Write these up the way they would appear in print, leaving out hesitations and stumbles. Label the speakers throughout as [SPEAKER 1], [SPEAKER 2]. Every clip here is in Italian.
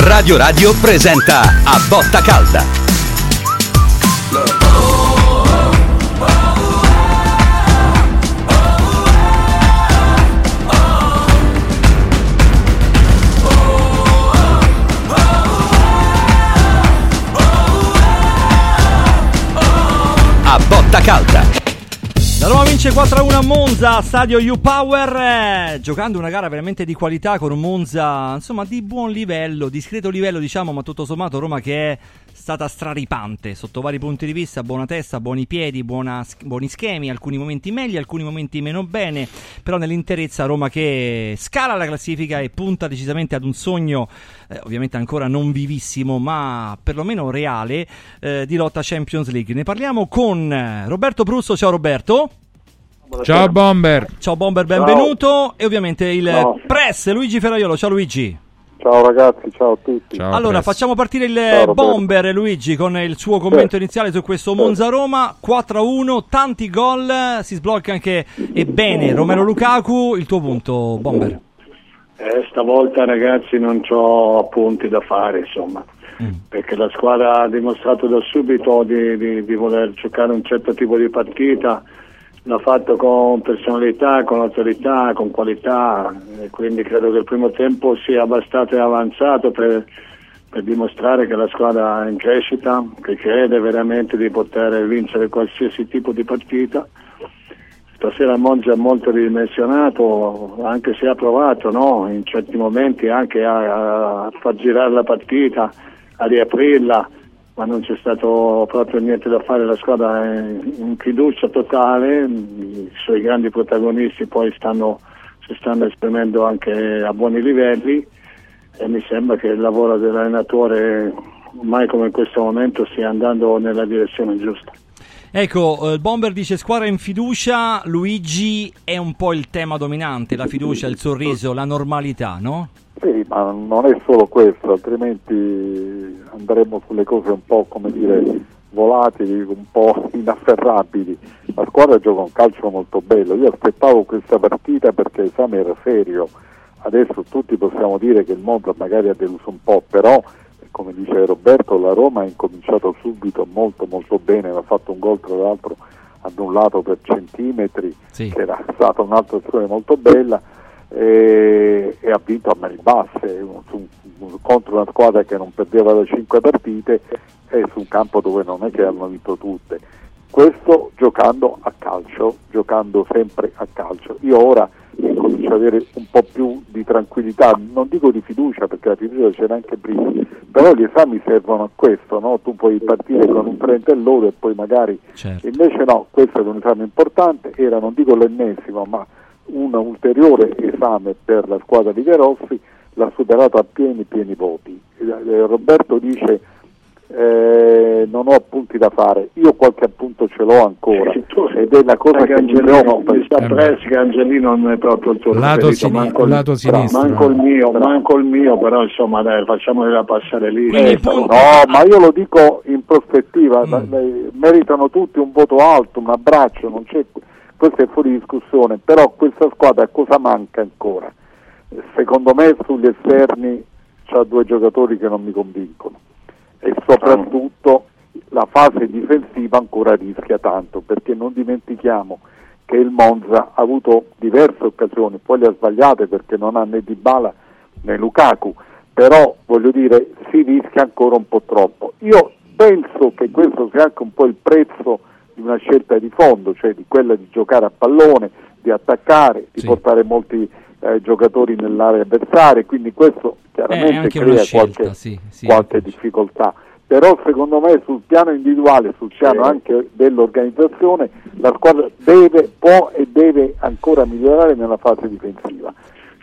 [SPEAKER 1] Radio Radio presenta A Botta Calda. A Botta Calda.
[SPEAKER 2] La Roma vince 4-1 a Monza, stadio U-Power, giocando una gara veramente di qualità con un Monza, insomma, di buon livello, discreto livello, diciamo, ma tutto sommato Roma che è stata straripante sotto vari punti di vista, buona testa, buoni piedi, buoni schemi, alcuni momenti meglio, alcuni momenti meno bene, però nell'interezza Roma che scala la classifica e punta decisamente ad un sogno, ovviamente ancora non vivissimo, ma perlomeno reale, di lotta Champions League. Ne parliamo con Roberto Prusso. Ciao Roberto.
[SPEAKER 3] Ciao Bomber.
[SPEAKER 2] Ciao Bomber, benvenuto.
[SPEAKER 3] Ciao.
[SPEAKER 2] E ovviamente il press Luigi Ferraiolo. Ciao Luigi.
[SPEAKER 4] Ciao ragazzi, ciao a tutti.
[SPEAKER 3] Ciao,
[SPEAKER 2] allora
[SPEAKER 3] press.
[SPEAKER 2] facciamo partire il Bomber Luigi con il suo commento iniziale su questo Monza-Roma 4-1, tanti gol, si sblocca anche e bene Romelu Lukaku. Il tuo punto, Bomber?
[SPEAKER 5] Stavolta ragazzi non c'ho appunti da fare, insomma, perché la squadra ha dimostrato da subito di voler giocare un certo tipo di partita. L'ha fatto con personalità, con autorità, con qualità, e quindi credo che il primo tempo sia abbastanza avanzato per dimostrare che la squadra è in crescita, che crede veramente di poter vincere qualsiasi tipo di partita. Stasera Monza è molto ridimensionato, anche se ha provato, no? In certi momenti anche a far girare la partita, a riaprirla, ma non c'è stato proprio niente da fare. La squadra è in fiducia totale, i suoi grandi protagonisti poi si stanno esprimendo anche a buoni livelli, e mi sembra che il lavoro dell'allenatore mai come in questo momento stia andando nella direzione giusta.
[SPEAKER 2] Ecco, il Bomber dice squadra in fiducia. Luigi, è un po' il tema dominante, la fiducia, il sorriso, la normalità, no?
[SPEAKER 4] Sì, ma non è solo questo, altrimenti andremo sulle cose un po', come dire, volatili, un po' inafferrabili. La squadra gioca un calcio molto bello. Io aspettavo questa partita perché l'esame era serio. Adesso tutti possiamo dire che il Monza magari ha deluso un po', però come dice Roberto, la Roma ha incominciato subito molto molto bene, ha fatto un gol tra l'altro annullato per centimetri, sì, che era stata un'altra azione molto bella, e ha vinto a mani basse contro una squadra che non perdeva da 5 partite e su un campo dove non è che hanno vinto tutte. Questo giocando a calcio, giocando sempre a calcio. Io ora comincio ad avere un po' più di tranquillità, non dico di fiducia perché la fiducia c'era anche prima, però gli esami servono a questo, no? Tu puoi partire con un 30 e lode e poi magari, certo. Invece no, questo è un esame importante, era non dico l'ennesimo ma un ulteriore esame per la squadra di Garossi, l'ha superato a pieni voti. Roberto dice non ho appunti da fare, io qualche appunto ce l'ho ancora, ed è la cosa che mi preoccupa.
[SPEAKER 5] Che Angelino non è proprio il tuo
[SPEAKER 3] lato sinistro,
[SPEAKER 5] manco il mio, però insomma dai, facciamola passare lì.
[SPEAKER 4] No, ma io lo dico in prospettiva, meritano tutti un voto alto, un abbraccio, non c'è, questo è fuori discussione, però questa squadra cosa manca ancora? Secondo me sugli esterni c'ha 2 giocatori che non mi convincono, e soprattutto la fase difensiva ancora rischia tanto, perché non dimentichiamo che il Monza ha avuto diverse occasioni, poi le ha sbagliate perché non ha né Dybala né Lukaku, però voglio dire si rischia ancora un po' troppo. Io penso che questo sia anche un po' il prezzo di una scelta di fondo, cioè di quella di giocare a pallone, di attaccare, di portare molti giocatori nell'area avversaria, quindi questo chiaramente crea qualche difficoltà, però secondo me sul piano individuale, sul piano anche dell'organizzazione, la squadra può e deve ancora migliorare nella fase difensiva.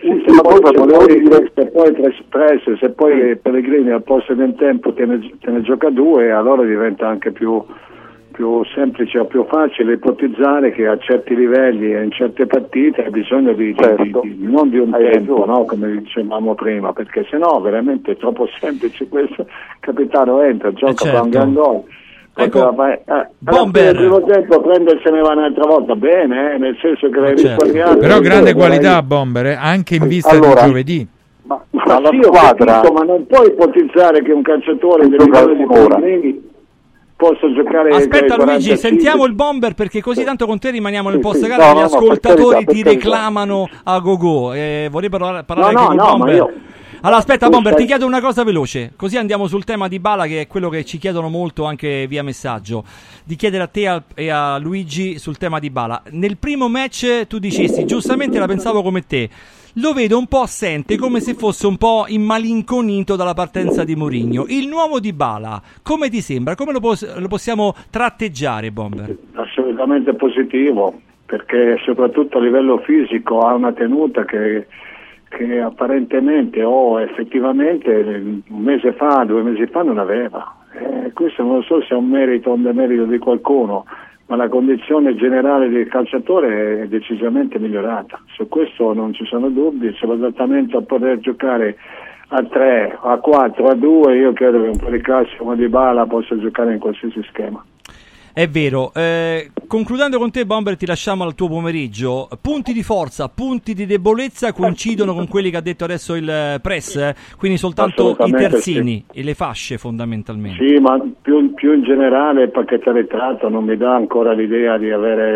[SPEAKER 5] Se poi Pellegrini al posto del tempo te ne gioca 2, allora diventa anche più semplice o più facile ipotizzare che a certi livelli e in certe partite hai bisogno non di un tempo, no? Come dicevamo prima, perché sennò veramente è troppo semplice questo. Capitano entra, gioca, fa un gran gol.
[SPEAKER 2] Ecco,
[SPEAKER 5] Bomber, il primo tempo prende e se ne va un'altra volta, bene, nel senso che l'hai risparmiato.
[SPEAKER 3] Però grande qualità Bomber, anche in vista di giovedì.
[SPEAKER 4] Ma la
[SPEAKER 5] sì,
[SPEAKER 4] squadra...
[SPEAKER 5] Capito, ma non puoi ipotizzare che un calciatore di livello di Pellegrini possa giocare...
[SPEAKER 2] Aspetta Luigi, sentiamo il Bomber, perché così tanto con te rimaniamo nel post gara,
[SPEAKER 4] no,
[SPEAKER 2] gli
[SPEAKER 4] no,
[SPEAKER 2] ascoltatori
[SPEAKER 4] per
[SPEAKER 2] ti
[SPEAKER 4] carità.
[SPEAKER 2] reclamano a go-go. Vorrei parlare anche
[SPEAKER 5] no,
[SPEAKER 2] con
[SPEAKER 5] no,
[SPEAKER 2] Bomber.
[SPEAKER 5] ma io...
[SPEAKER 2] Allora aspetta
[SPEAKER 5] Tu
[SPEAKER 2] Bomber,
[SPEAKER 5] stai-
[SPEAKER 2] ti chiedo una cosa veloce, così andiamo sul tema di Bala, che è quello che ci chiedono molto anche via messaggio, di chiedere a te e a Luigi sul tema di Bala. Nel primo match tu dicesti, giustamente la pensavo come te, lo vedo un po' assente, come se fosse un po' immalinconito dalla partenza di Mourinho. Il nuovo Dybala, come ti sembra? Come lo possiamo tratteggiare, Bomber?
[SPEAKER 5] Assolutamente positivo, perché soprattutto a livello fisico ha una tenuta che apparentemente o effettivamente un mese fa, 2 mesi fa non aveva. Questo non so se è un merito o un demerito di qualcuno, ma la condizione generale del calciatore è decisamente migliorata. Su questo non ci sono dubbi, sull'adattamento a poter giocare a 3, a 4, a 2, io credo che un po' di classe come Dybala possa giocare in qualsiasi schema.
[SPEAKER 2] È vero. Concludendo con te, Bomber, ti lasciamo al tuo pomeriggio. Punti di forza, punti di debolezza coincidono con quelli che ha detto adesso il press, quindi soltanto i terzini e le fasce fondamentalmente.
[SPEAKER 5] Sì, ma più in generale il pacchetto arretrato non mi dà ancora l'idea di avere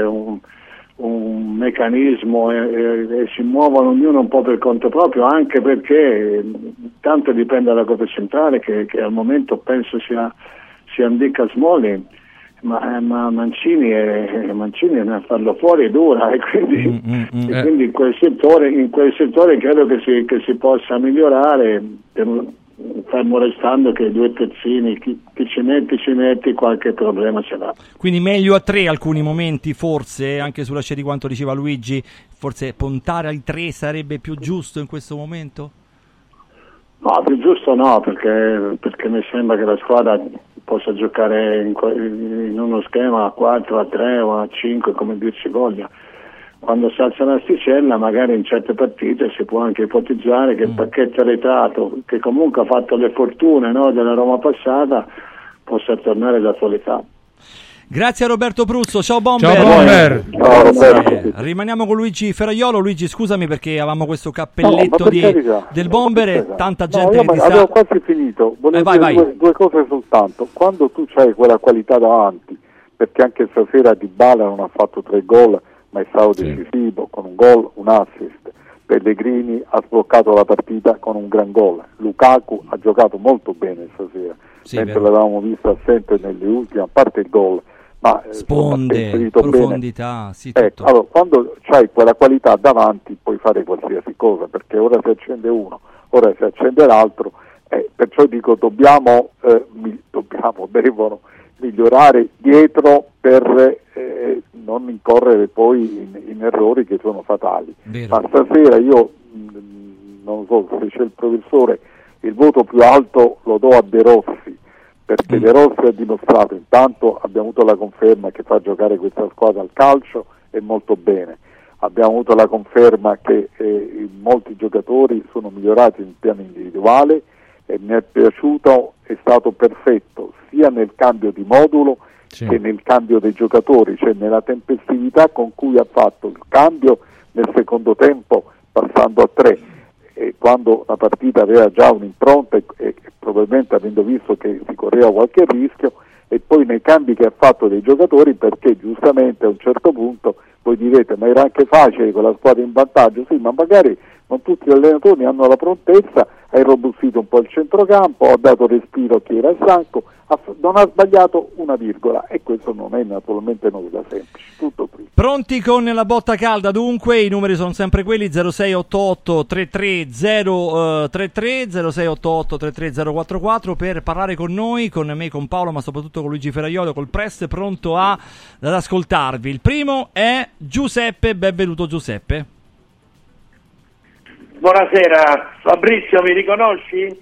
[SPEAKER 5] un meccanismo e si muovono ognuno un po' per conto proprio, anche perché tanto dipende dalla Coppa Centrale che al momento penso sia indica Smalling. Ma Mancini a farlo fuori è dura, e quindi in quel settore credo che si possa migliorare, fermo restando che 2 terzini chi ci metti qualche problema ce l'ha.
[SPEAKER 2] Quindi meglio a 3 alcuni momenti, forse, anche sulla scia di quanto diceva Luigi, forse puntare ai 3 sarebbe più giusto in questo momento?
[SPEAKER 5] No, più giusto no, perché mi sembra che la squadra possa giocare in uno schema a 4, a 3 o a 5, come dir si voglia. Quando si alza l'asticella, magari in certe partite si può anche ipotizzare che il pacchetto arretrato, che comunque ha fatto le fortune, no, della Roma passata, possa tornare d'attualità.
[SPEAKER 2] Grazie a Roberto Pruzzo, ciao Bomber.
[SPEAKER 3] Ciao Bomber.
[SPEAKER 4] Ciao, Roberto.
[SPEAKER 2] Rimaniamo con Luigi Ferraiolo. Luigi, scusami perché avevamo questo cappelletto del Bomber e tanta gente che ti sta...
[SPEAKER 4] Avevo quasi finito, volevo dire due cose soltanto. Quando tu c'hai quella qualità davanti, perché anche stasera Dybala non ha fatto 3 gol, ma è stato decisivo con un gol, un assist. Pellegrini ha sbloccato la partita con un gran gol. Lukaku ha giocato molto bene stasera, mentre l'avevamo visto assente nelle ultime, a parte il gol. Ma
[SPEAKER 2] sponde, profondità, sì, tutto.
[SPEAKER 4] Allora, quando c'hai quella qualità davanti puoi fare qualsiasi cosa, perché ora si accende uno, ora si accende l'altro, perciò dico devono migliorare dietro per non incorrere poi in errori che sono fatali.
[SPEAKER 2] Vero.
[SPEAKER 4] Ma stasera io non so se c'è il professore, il voto più alto lo do a De Rossi, perché De Rossi ha dimostrato, intanto abbiamo avuto la conferma che fa giocare questa squadra al calcio e molto bene, abbiamo avuto la conferma che molti giocatori sono migliorati in piano individuale e mi è piaciuto, è stato perfetto sia nel cambio di modulo che nel cambio dei giocatori, cioè nella tempestività con cui ha fatto il cambio nel secondo tempo passando a 3. Quando la partita aveva già un'impronta e probabilmente avendo visto che si correva qualche rischio, e poi nei cambi che ha fatto dei giocatori, perché giustamente a un certo punto voi direte ma era anche facile con la squadra in vantaggio, sì, ma magari non tutti gli allenatori hanno la prontezza, ha irrobustito un po' il centrocampo, ha dato respiro a chi era stanco, non ha sbagliato una virgola, e questo non è naturalmente nulla semplice, tutto qui.
[SPEAKER 2] Pronti con la botta calda, dunque i numeri sono sempre quelli: 0688 33033, 0688 33044 per parlare con noi, con me, con Paolo, ma soprattutto con Luigi Ferraiolo, col press pronto ad ascoltarvi. Il primo è Giuseppe, benvenuto Giuseppe.
[SPEAKER 6] Buonasera, Fabrizio, mi riconosci?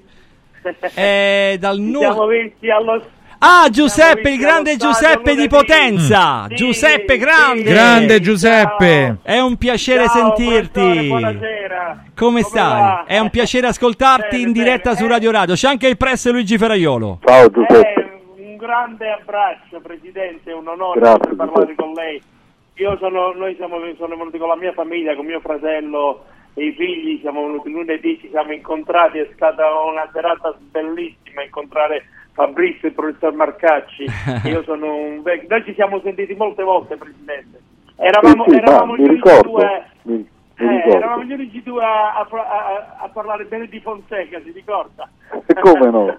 [SPEAKER 2] Siamo
[SPEAKER 6] visti allo...
[SPEAKER 2] Giuseppe, il grande Giuseppe di Potenza.
[SPEAKER 6] Sì,
[SPEAKER 2] Giuseppe, grande.
[SPEAKER 3] Grande Giuseppe.
[SPEAKER 2] È un piacere sentirti.
[SPEAKER 6] Buonasera.
[SPEAKER 2] Come stai?
[SPEAKER 6] Va?
[SPEAKER 2] È un piacere ascoltarti in diretta su Radio Radio. C'è anche il press Luigi Ferraiolo.
[SPEAKER 4] Ciao Giuseppe.
[SPEAKER 6] Un grande abbraccio, Presidente, è un onore
[SPEAKER 4] Grazie,
[SPEAKER 6] parlare con lei. Noi siamo venuti con la mia famiglia, con mio fratello e i figli, siamo venuti lunedì ci siamo incontrati, è stata una serata bellissima incontrare Fabrizio e il professor Marcacci. Io sono un vecchio, noi ci siamo sentiti molte volte, Presidente. Eravamo gli unici due. Eravamo gli unici due a parlare bene di Fonseca, si ricorda?
[SPEAKER 4] Come no?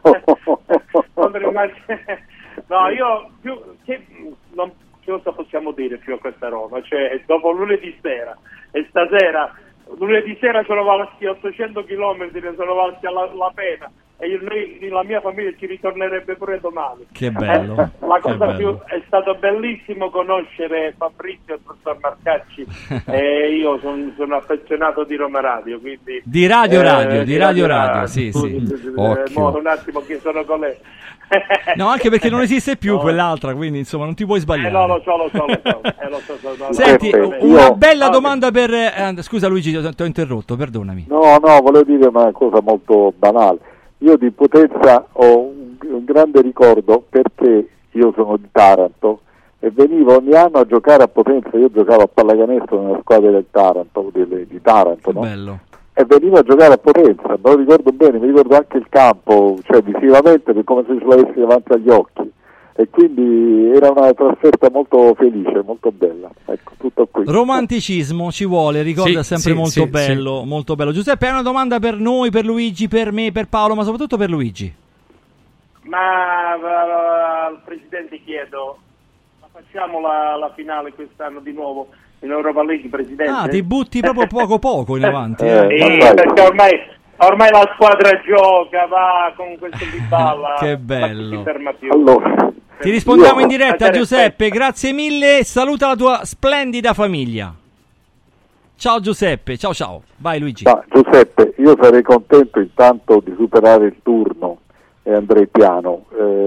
[SPEAKER 6] No, io che cosa possiamo dire più a questa roba? Cioè, dopo lunedì sera e stasera, lunedì sera sono valsi 800 km, sono valsi la pena, e la mia famiglia ci ritornerebbe pure domani.
[SPEAKER 2] Che bello.
[SPEAKER 6] La cosa è stato bellissimo conoscere Fabrizio e il professor Marcacci e io sono affezionato di Roma Radio, quindi
[SPEAKER 2] di Radio Radio, sì.
[SPEAKER 6] Occhio. Un attimo che sono con lei.
[SPEAKER 2] No, anche perché non esiste più quell'altra, quindi insomma non ti puoi sbagliare.
[SPEAKER 6] No, lo so.
[SPEAKER 2] Senti, una bella domanda per scusa Luigi, ti ho interrotto, perdonami.
[SPEAKER 4] No, volevo dire una cosa molto banale. Io di Potenza ho un grande ricordo, perché io sono di Taranto e venivo ogni anno a giocare a Potenza. Io giocavo a pallacanestro nella squadra del Taranto, di Taranto, no?
[SPEAKER 2] Bello.
[SPEAKER 4] E venivo a giocare a Potenza, me lo ricordo bene, mi ricordo anche il campo, cioè visivamente, come se ce l'avessi davanti agli occhi, e quindi era una trasferta molto felice, molto bella. Ecco, tutto qui.
[SPEAKER 2] Romanticismo ci vuole, ricorda, sempre molto bello, molto bello. Giuseppe, hai una domanda per noi, per Luigi, per me, per Paolo, ma soprattutto per Luigi?
[SPEAKER 6] Ma al Presidente chiedo, facciamo la finale quest'anno di nuovo in Europa League, Presidente?
[SPEAKER 2] Ah, ti butti proprio poco in avanti.
[SPEAKER 6] Perché ormai la squadra gioca, va con questo di balla.
[SPEAKER 2] Che bello.
[SPEAKER 4] Allora,
[SPEAKER 2] ti rispondiamo in diretta, Giuseppe, grazie mille, saluta la tua splendida famiglia. Ciao Giuseppe, ciao. Vai Luigi.
[SPEAKER 4] Giuseppe, io sarei contento intanto di superare il turno e andrei piano,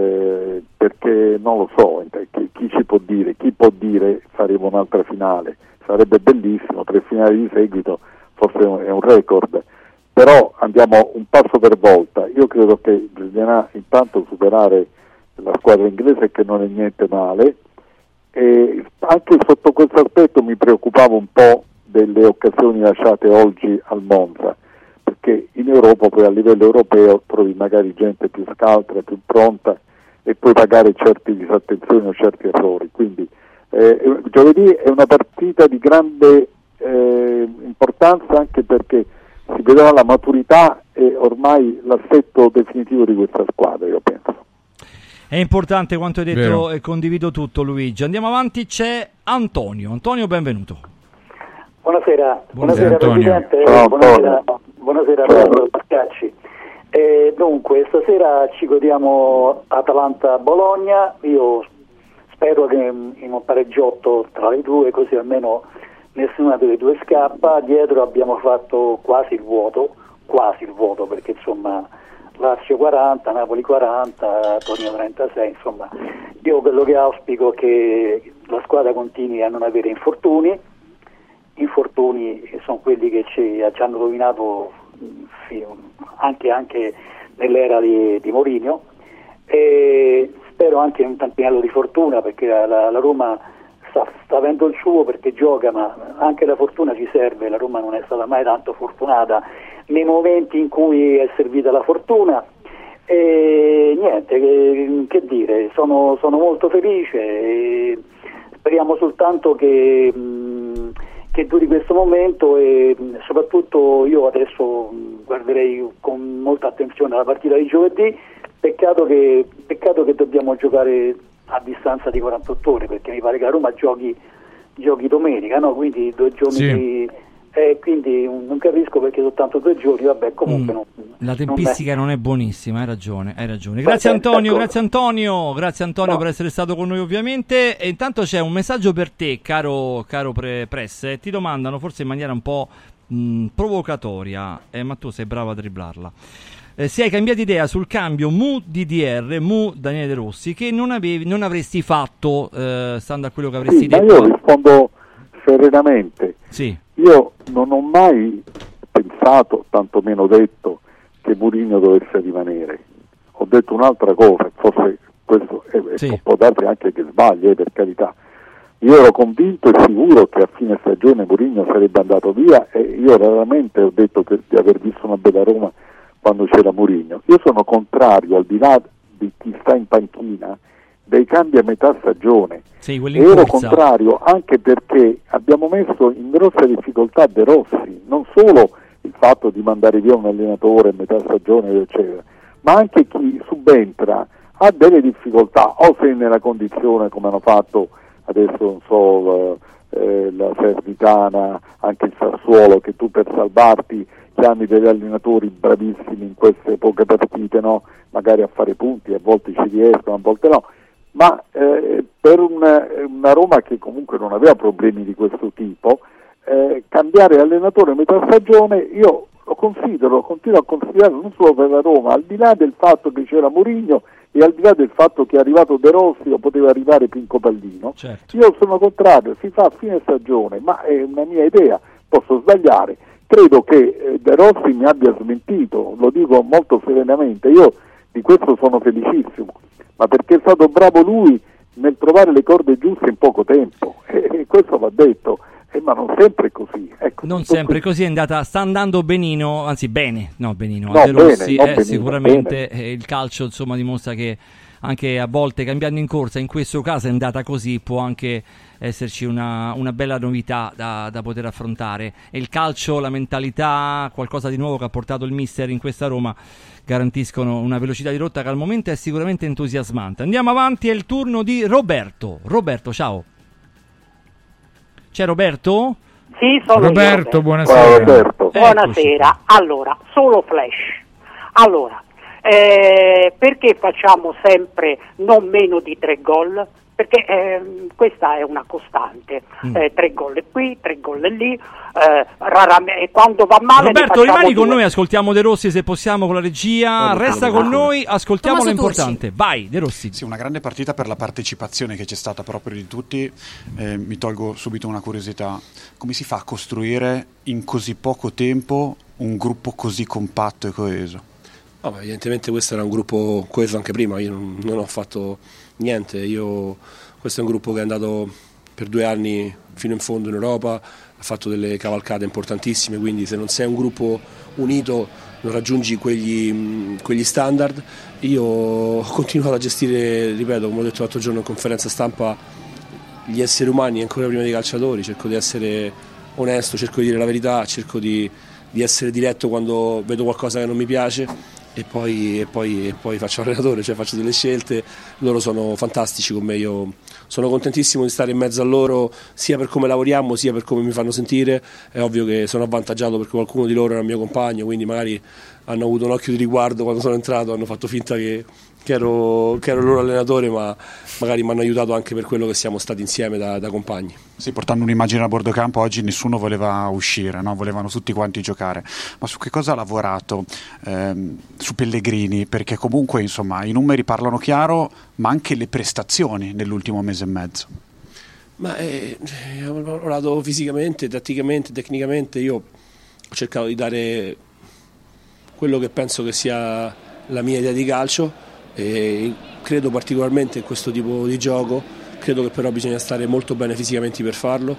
[SPEAKER 4] perché non lo so, chi ci può dire, chi può dire faremo un'altra finale, sarebbe bellissimo, 3 finali di seguito, forse è un record, però andiamo un passo per volta. Io credo che bisognerà intanto superare la squadra inglese, che non è niente male, e anche sotto questo aspetto mi preoccupavo un po' delle occasioni lasciate oggi al Monza, perché in Europa poi a livello europeo trovi magari gente più scaltra, più pronta, e puoi pagare certe disattenzioni o certi errori. Quindi giovedì è una partita di grande importanza, anche perché si vedrà la maturità e ormai l'assetto definitivo di questa squadra, io penso.
[SPEAKER 2] È importante quanto hai detto e condivido tutto, Luigi. Andiamo avanti, c'è Antonio. Antonio, benvenuto.
[SPEAKER 7] Buonasera
[SPEAKER 4] Antonio.
[SPEAKER 7] Presidente.
[SPEAKER 4] Ciao,
[SPEAKER 7] buonasera professor Marcacci. Dunque, stasera ci godiamo Atalanta-Bologna. Io spero che in un pareggiotto tra le due, così almeno nessuna delle due scappa. Dietro abbiamo fatto quasi il vuoto, perché insomma Lazio 40, Napoli 40, Torino 36, insomma io quello che auspico è che la squadra continui a non avere infortuni sono quelli che ci hanno rovinato anche nell'era di Mourinho, e spero anche un tampinello di fortuna, perché la Roma sta avendo il suo, perché gioca, ma anche la fortuna ci serve. La Roma non è stata mai tanto fortunata nei momenti in cui è servita la fortuna, e niente, che dire, sono molto felice e speriamo soltanto che duri questo momento, e soprattutto io adesso guarderei con molta attenzione la partita di giovedì. Peccato che dobbiamo giocare a distanza di 48 ore, perché mi pare che a Roma giochi domenica, no? Quindi 2 giorni quindi non capisco perché soltanto 2 giorni, vabbè, comunque
[SPEAKER 2] la tempistica non è buonissima, hai ragione. Grazie Antonio per essere stato con noi, ovviamente. E intanto c'è un messaggio per te, caro Press, ti domandano forse in maniera un po' provocatoria, ma tu sei bravo a dribblarla. Se hai cambiato idea sul cambio Mu DDR, Mu Daniele De Rossi, che non avresti fatto, stando a quello che avresti detto.
[SPEAKER 4] Ma io rispondo serenamente.
[SPEAKER 2] Sì.
[SPEAKER 4] Io non ho mai pensato, tantomeno detto, che Mourinho dovesse rimanere. Ho detto un'altra cosa, forse questo può darsi anche che sbagli, per carità. Io ero convinto e sicuro che a fine stagione Mourinho sarebbe andato via, e io raramente ho detto di aver visto una bella Roma quando c'era Mourinho. Io sono contrario, al di là di chi sta in panchina, dei cambi a metà stagione.
[SPEAKER 2] Sì, quelli in
[SPEAKER 4] ero
[SPEAKER 2] corsa.
[SPEAKER 4] Contrario anche perché abbiamo messo in grossa difficoltà De Rossi, non solo il fatto di mandare via un allenatore a metà stagione eccetera, ma anche chi subentra ha delle difficoltà, o se nella condizione, come hanno fatto adesso non so la Salernitana, anche il Sassuolo, che tu per salvarti chiami degli allenatori bravissimi in queste poche partite, no? Magari a fare punti, a volte ci riescono, a volte no, ma per una Roma che comunque non aveva problemi di questo tipo, cambiare allenatore a metà stagione io continuo a considerarlo non solo per la Roma, al di là del fatto che c'era Mourinho e al di là del fatto che è arrivato De Rossi o poteva arrivare Pinco Pallino,
[SPEAKER 2] certo.
[SPEAKER 4] Io sono contrario, si fa a fine stagione, ma è una mia idea, posso sbagliare. Credo che De Rossi mi abbia smentito, lo dico molto serenamente, io di questo sono felicissimo, ma perché è stato bravo lui nel trovare le corde giuste in poco tempo, e questo va detto. Ma non sempre è così. Ecco,
[SPEAKER 2] non sempre così sta andando benino, anzi bene, no benino,
[SPEAKER 4] no,
[SPEAKER 2] De Rossi,
[SPEAKER 4] benino,
[SPEAKER 2] sicuramente
[SPEAKER 4] bene.
[SPEAKER 2] Il calcio insomma dimostra che anche a volte cambiando in corsa, in questo caso è andata così, può anche esserci una bella novità da poter affrontare, e il calcio, la mentalità, qualcosa di nuovo che ha portato il mister in questa Roma garantiscono una velocità di rotta che al momento è sicuramente entusiasmante. Andiamo avanti, è il turno di Roberto. Ciao. C'è Roberto?
[SPEAKER 8] Sì, sono
[SPEAKER 3] Roberto,
[SPEAKER 8] io.
[SPEAKER 3] buonasera.
[SPEAKER 4] Roberto.
[SPEAKER 8] Buonasera. Allora, solo flash. Allora, perché facciamo sempre non meno di 3 gol? Perché questa è una costante. 3 gol qui, 3 gol lì, raramente, quando va male.
[SPEAKER 2] Roberto, rimani con noi, ascoltiamo De Rossi se possiamo con la regia. Resta con noi, ascoltiamo l'importante. Vai, De Rossi.
[SPEAKER 9] Sì, una grande partita per la partecipazione che c'è stata proprio di tutti. Mi tolgo subito una curiosità: come si fa a costruire in così poco tempo un gruppo così compatto e coeso?
[SPEAKER 10] No, evidentemente questo era un gruppo coeso anche prima, io non ho fatto niente, questo è un gruppo che è andato per 2 anni fino in fondo in Europa, ha fatto delle cavalcate importantissime, quindi se non sei un gruppo unito non raggiungi quegli standard. Io ho continuato a gestire, ripeto, come ho detto l'altro giorno in conferenza stampa, gli esseri umani ancora prima dei calciatori, cerco di essere onesto, cerco di dire la verità, cerco di essere diretto quando vedo qualcosa che non mi piace. E poi faccio allenatore, cioè faccio delle scelte, loro sono fantastici con me, io sono contentissimo di stare in mezzo a loro sia per come lavoriamo sia per come mi fanno sentire. È ovvio che sono avvantaggiato perché qualcuno di loro era il mio compagno, quindi magari hanno avuto un occhio di riguardo quando sono entrato, hanno fatto finta che ero il loro allenatore, ma magari mi hanno aiutato anche per quello che siamo stati insieme da compagni.
[SPEAKER 9] Sì, portando un'immagine a bordo campo, oggi nessuno voleva uscire, no? Volevano tutti quanti giocare. Ma su che cosa ha lavorato su Pellegrini? Perché comunque insomma i numeri parlano chiaro, ma anche le prestazioni nell'ultimo mese e mezzo.
[SPEAKER 10] Ma ho lavorato fisicamente, tatticamente, tecnicamente. Io ho cercato di dare quello che penso che sia la mia idea di calcio, e credo particolarmente in questo tipo di gioco, credo che però bisogna stare molto bene fisicamente per farlo,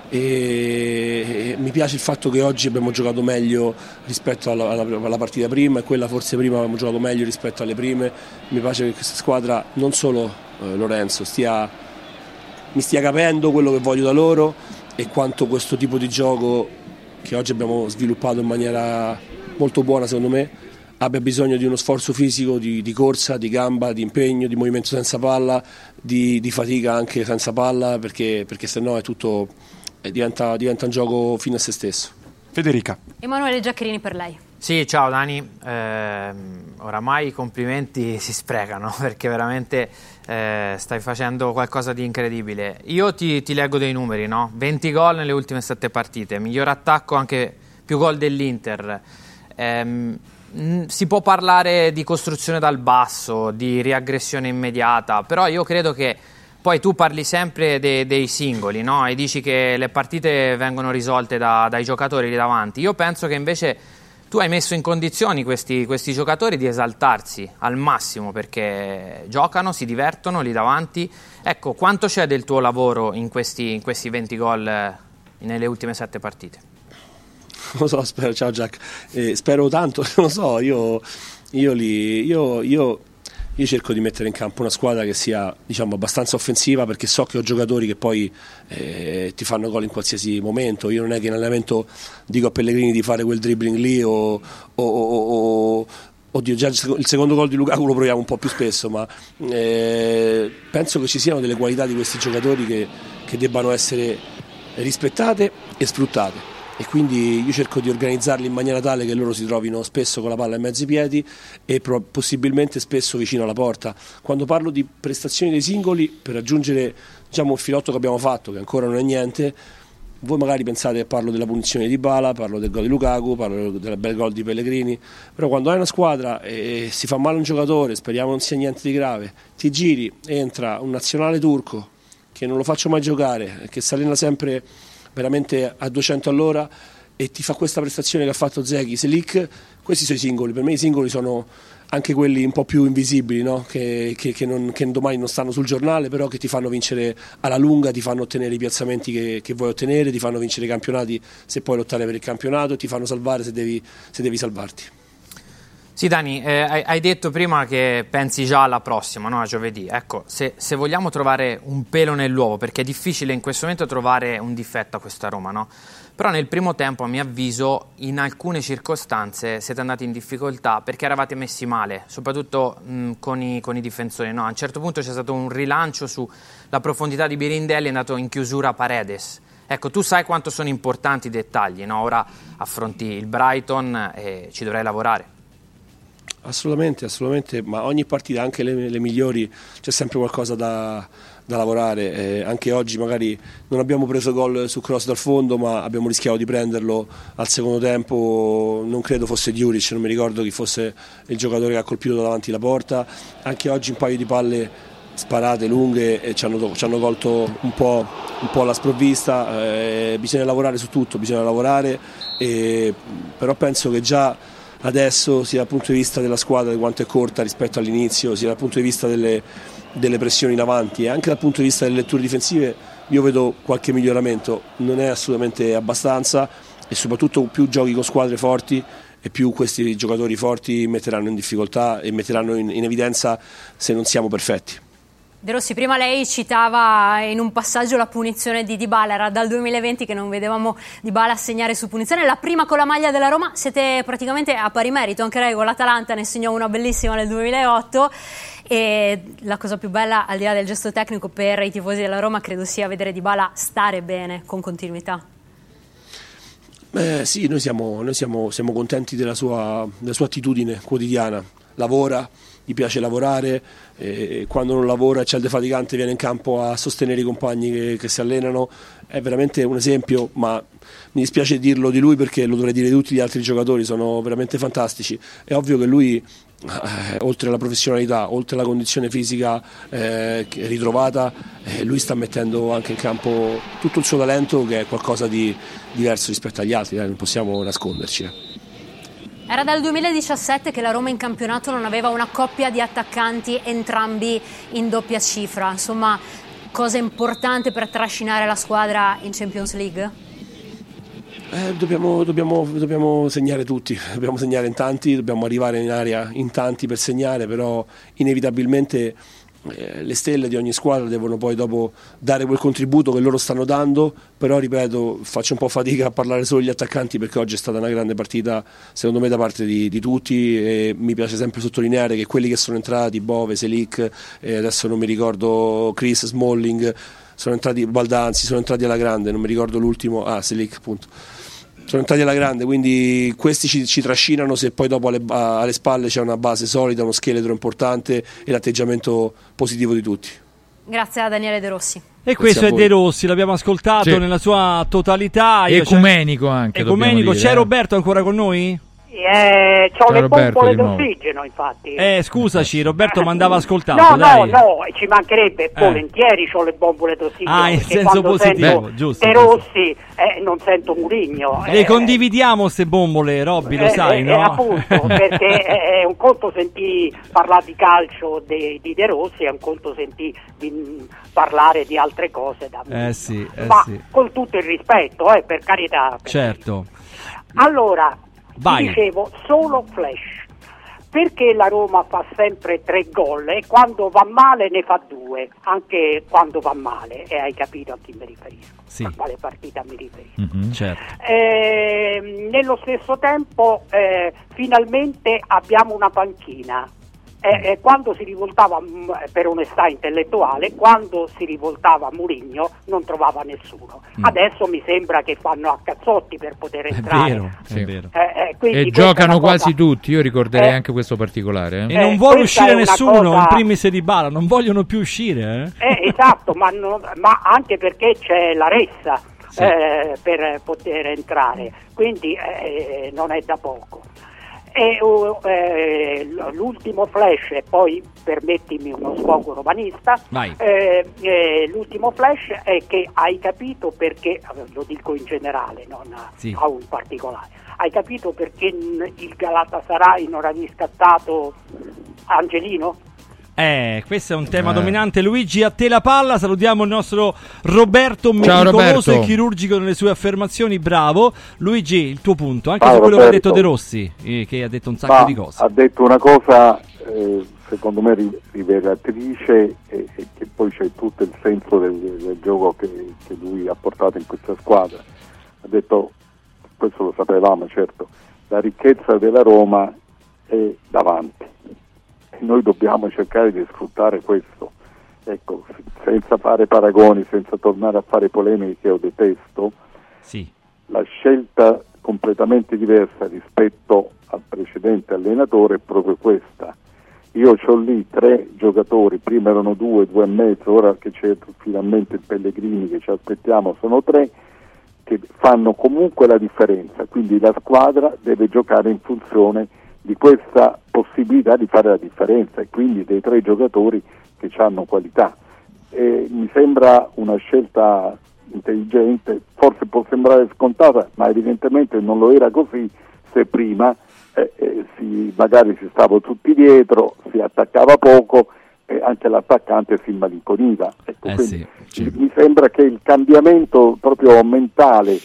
[SPEAKER 10] e mi piace il fatto che oggi abbiamo giocato meglio rispetto alla partita prima, e quella forse prima abbiamo giocato meglio rispetto alle prime. Mi piace che questa squadra, non solo Lorenzo, mi stia capendo quello che voglio da loro e quanto questo tipo di gioco che oggi abbiamo sviluppato in maniera molto buona secondo me abbia bisogno di uno sforzo fisico, di corsa, di gamba, di impegno, di movimento senza palla, di fatica anche senza palla, perché sennò è tutto diventa un gioco fine a se stesso.
[SPEAKER 9] Federica.
[SPEAKER 11] Emanuele Giaccherini per lei.
[SPEAKER 12] Sì, ciao Dani, oramai i complimenti si sprecano perché veramente stai facendo qualcosa di incredibile. Io ti leggo dei numeri, no? 20 gol nelle ultime 7 partite, miglior attacco, anche più gol dell'Inter. Si può parlare di costruzione dal basso, di riaggressione immediata, però io credo che poi tu parli sempre dei singoli, no? E dici che le partite vengono risolte dai giocatori lì davanti. Io penso che invece tu hai messo in condizioni questi giocatori di esaltarsi al massimo, perché giocano, si divertono lì davanti. Ecco, quanto c'è del tuo lavoro in questi 20 gol nelle ultime 7 partite?
[SPEAKER 10] Non lo so, spero, ciao Jack, spero tanto, non lo so, io cerco di mettere in campo una squadra che sia, diciamo, abbastanza offensiva, perché so che ho giocatori che poi ti fanno gol in qualsiasi momento. Io non è che in allenamento dico a Pellegrini di fare quel dribbling lì oddio, già il secondo gol di Lukaku lo proviamo un po' più spesso, ma penso che ci siano delle qualità di questi giocatori che debbano essere rispettate e sfruttate, e quindi io cerco di organizzarli in maniera tale che loro si trovino spesso con la palla in mezzo ai piedi e possibilmente spesso vicino alla porta. Quando parlo di prestazioni dei singoli, per raggiungere, diciamo, il filotto che abbiamo fatto, che ancora non è niente, voi magari pensate che parlo della punizione di Dybala, parlo del gol di Lukaku, parlo del bel gol di Pellegrini, però quando hai una squadra e si fa male un giocatore, speriamo non sia niente di grave, ti giri, entra un nazionale turco che non lo faccio mai giocare, che si allena sempre veramente a 200 all'ora e ti fa questa prestazione che ha fatto Zeki, Selic. Questi sono i singoli. Per me i singoli sono anche quelli un po' più invisibili, no? che domani non stanno sul giornale, però che ti fanno vincere alla lunga, ti fanno ottenere i piazzamenti che vuoi ottenere, ti fanno vincere i campionati se puoi lottare per il campionato, ti fanno salvare se devi salvarti.
[SPEAKER 12] Sì, Dani, hai detto prima che pensi già alla prossima, no? A giovedì. Ecco, se vogliamo trovare un pelo nell'uovo, perché è difficile in questo momento trovare un difetto a questa Roma, no? Però nel primo tempo, a mio avviso, in alcune circostanze siete andati in difficoltà perché eravate messi male, soprattutto con i difensori, no? A un certo punto c'è stato un rilancio sulla profondità di Birindelli, è andato in chiusura Paredes. Ecco, tu sai quanto sono importanti i dettagli, no? Ora affronti il Brighton e ci dovrai lavorare.
[SPEAKER 10] Assolutamente, ma ogni partita, anche le migliori, c'è sempre qualcosa da lavorare. Anche oggi magari non abbiamo preso gol su cross dal fondo, ma abbiamo rischiato di prenderlo al secondo tempo. Non credo fosse Djuric, non mi ricordo chi fosse il giocatore che ha colpito davanti la porta. Anche oggi un paio di palle sparate lunghe e ci hanno colto un po' la sprovvista. Bisogna lavorare su tutto, però penso che già adesso, sia dal punto di vista della squadra, di quanto è corta rispetto all'inizio, sia dal punto di vista delle pressioni in avanti e anche dal punto di vista delle letture difensive, io vedo qualche miglioramento. Non è assolutamente abbastanza, e soprattutto più giochi con squadre forti e più questi giocatori forti metteranno in difficoltà e metteranno in evidenza se non siamo perfetti.
[SPEAKER 11] De Rossi, prima lei citava in un passaggio la punizione di Dybala, era dal 2020 che non vedevamo Dybala segnare su punizione, la prima con la maglia della Roma. Siete praticamente a pari merito, anche lei con l'Atalanta ne segnò una bellissima nel 2008 e la cosa più bella, al di là del gesto tecnico, per i tifosi della Roma credo sia vedere Dybala stare bene, con continuità.
[SPEAKER 10] Sì, noi siamo contenti della sua attitudine quotidiana, lavora, gli piace lavorare, quando non lavora e c'è il defaticante viene in campo a sostenere i compagni che si allenano. È veramente un esempio, ma mi dispiace dirlo di lui perché lo dovrei dire di tutti gli altri giocatori, sono veramente fantastici. È ovvio che lui, oltre alla professionalità, oltre alla condizione fisica ritrovata, lui sta mettendo anche in campo tutto il suo talento, che è qualcosa di diverso rispetto agli altri, non possiamo nasconderci.
[SPEAKER 11] Era dal 2017 che la Roma in campionato non aveva una coppia di attaccanti entrambi in doppia cifra, insomma cosa importante per trascinare la squadra in Champions League?
[SPEAKER 10] Dobbiamo segnare tutti, dobbiamo segnare in tanti, dobbiamo arrivare in area in tanti per segnare, però inevitabilmente le stelle di ogni squadra devono poi dopo dare quel contributo che loro stanno dando. Però ripeto, faccio un po' fatica a parlare solo degli attaccanti perché oggi è stata una grande partita secondo me da parte di tutti, e mi piace sempre sottolineare che quelli che sono entrati, Bove, Selic, adesso non mi ricordo, Chris Smalling, sono entrati, Baldanzi, sono entrati alla grande, non mi ricordo l'ultimo, Selic appunto, sono entrati alla grande, quindi questi ci trascinano se poi dopo alle spalle c'è una base solida, uno scheletro importante e l'atteggiamento positivo di tutti.
[SPEAKER 11] Grazie a Daniele De Rossi.
[SPEAKER 2] E questo è De Rossi, l'abbiamo ascoltato nella sua totalità.
[SPEAKER 3] Ecumenico anche.
[SPEAKER 2] Ecumenico. C'è Roberto ancora con noi?
[SPEAKER 8] C'ho le bombole d'ossigeno, infatti.
[SPEAKER 2] Scusaci, Roberto mandava ascoltato.
[SPEAKER 8] No, ci mancherebbe, volentieri c'ho le bombole d'ossigeno.
[SPEAKER 2] In senso positivo, giusto.
[SPEAKER 8] De Rossi, non sento Mourinho.
[SPEAKER 2] Le condividiamo ste bombole, Robby, lo sai, no?
[SPEAKER 8] Appunto, perché è un conto sentì parlare di calcio di De Rossi, è un conto sentì parlare di altre cose da
[SPEAKER 2] sì.
[SPEAKER 8] con tutto il rispetto, per carità.
[SPEAKER 2] Certo.
[SPEAKER 8] Allora,
[SPEAKER 2] vai.
[SPEAKER 8] Dicevo solo flash. Perché la Roma fa sempre 3 gol e quando va male ne fa 2, anche quando va male, e hai capito a chi mi riferisco,
[SPEAKER 2] sì.
[SPEAKER 8] A quale partita mi riferisco.
[SPEAKER 2] Certo.
[SPEAKER 8] Nello stesso tempo finalmente abbiamo una panchina. Quando si rivoltava, per onestà intellettuale, quando si rivoltava Mourinho non trovava nessuno. Adesso mi sembra che fanno a cazzotti per poter entrare.
[SPEAKER 2] È vero.
[SPEAKER 3] E giocano quasi tutti, io ricorderei anche questo particolare.
[SPEAKER 2] E non vuole uscire nessuno, in primis Dybala, non vogliono più uscire.
[SPEAKER 8] Esatto, ma anche perché c'è la ressa per poter entrare, quindi non è da poco. L'ultimo flash, e poi permettimi uno sfogo romanista, l'ultimo flash è che hai capito perché, lo dico in generale, non a un particolare, hai capito perché il Galatasaray non ha riscattato Angelino?
[SPEAKER 2] Questo è un tema dominante. Luigi, a te la palla. Salutiamo il nostro Roberto, meticoloso e chirurgico nelle sue affermazioni. Bravo Luigi, il tuo punto anche su quello che ha detto De Rossi, che ha detto un sacco di cose.
[SPEAKER 4] Ha detto una cosa secondo me rivelatrice e che poi c'è tutto il senso del gioco che lui ha portato in questa squadra. Ha detto, questo lo sapevamo certo, la ricchezza della Roma è davanti. Noi dobbiamo cercare di sfruttare questo, ecco, senza fare paragoni, senza tornare a fare polemiche che io detesto. La scelta completamente diversa rispetto al precedente allenatore è proprio questa. Io ho lì 3 giocatori, prima erano 2 e mezzo, ora che c'è finalmente il Pellegrini che ci aspettiamo sono 3, che fanno comunque la differenza, quindi la squadra deve giocare in funzione di questa possibilità di fare la differenza e quindi dei 3 giocatori che hanno qualità. Mi sembra una scelta intelligente, forse può sembrare scontata, ma evidentemente non lo era così se prima magari si stava tutti dietro, si attaccava poco e anche l'attaccante si malinconiva. Ecco, mi sembra che il cambiamento proprio mentale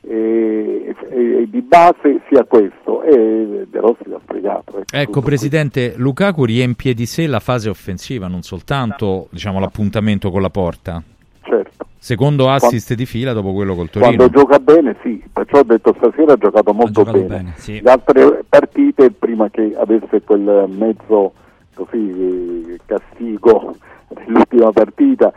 [SPEAKER 4] e di base sia questo, e De Rossi l'ha spiegato.
[SPEAKER 3] Ecco Presidente, Lukaku riempie di sé la fase offensiva, non soltanto l'appuntamento con la porta.
[SPEAKER 4] Certo.
[SPEAKER 3] Secondo assist di fila dopo quello col Torino.
[SPEAKER 4] Quando gioca bene perciò ho detto stasera ha giocato molto bene. Le altre partite, prima che avesse quel mezzo così castigo dell'ultima partita,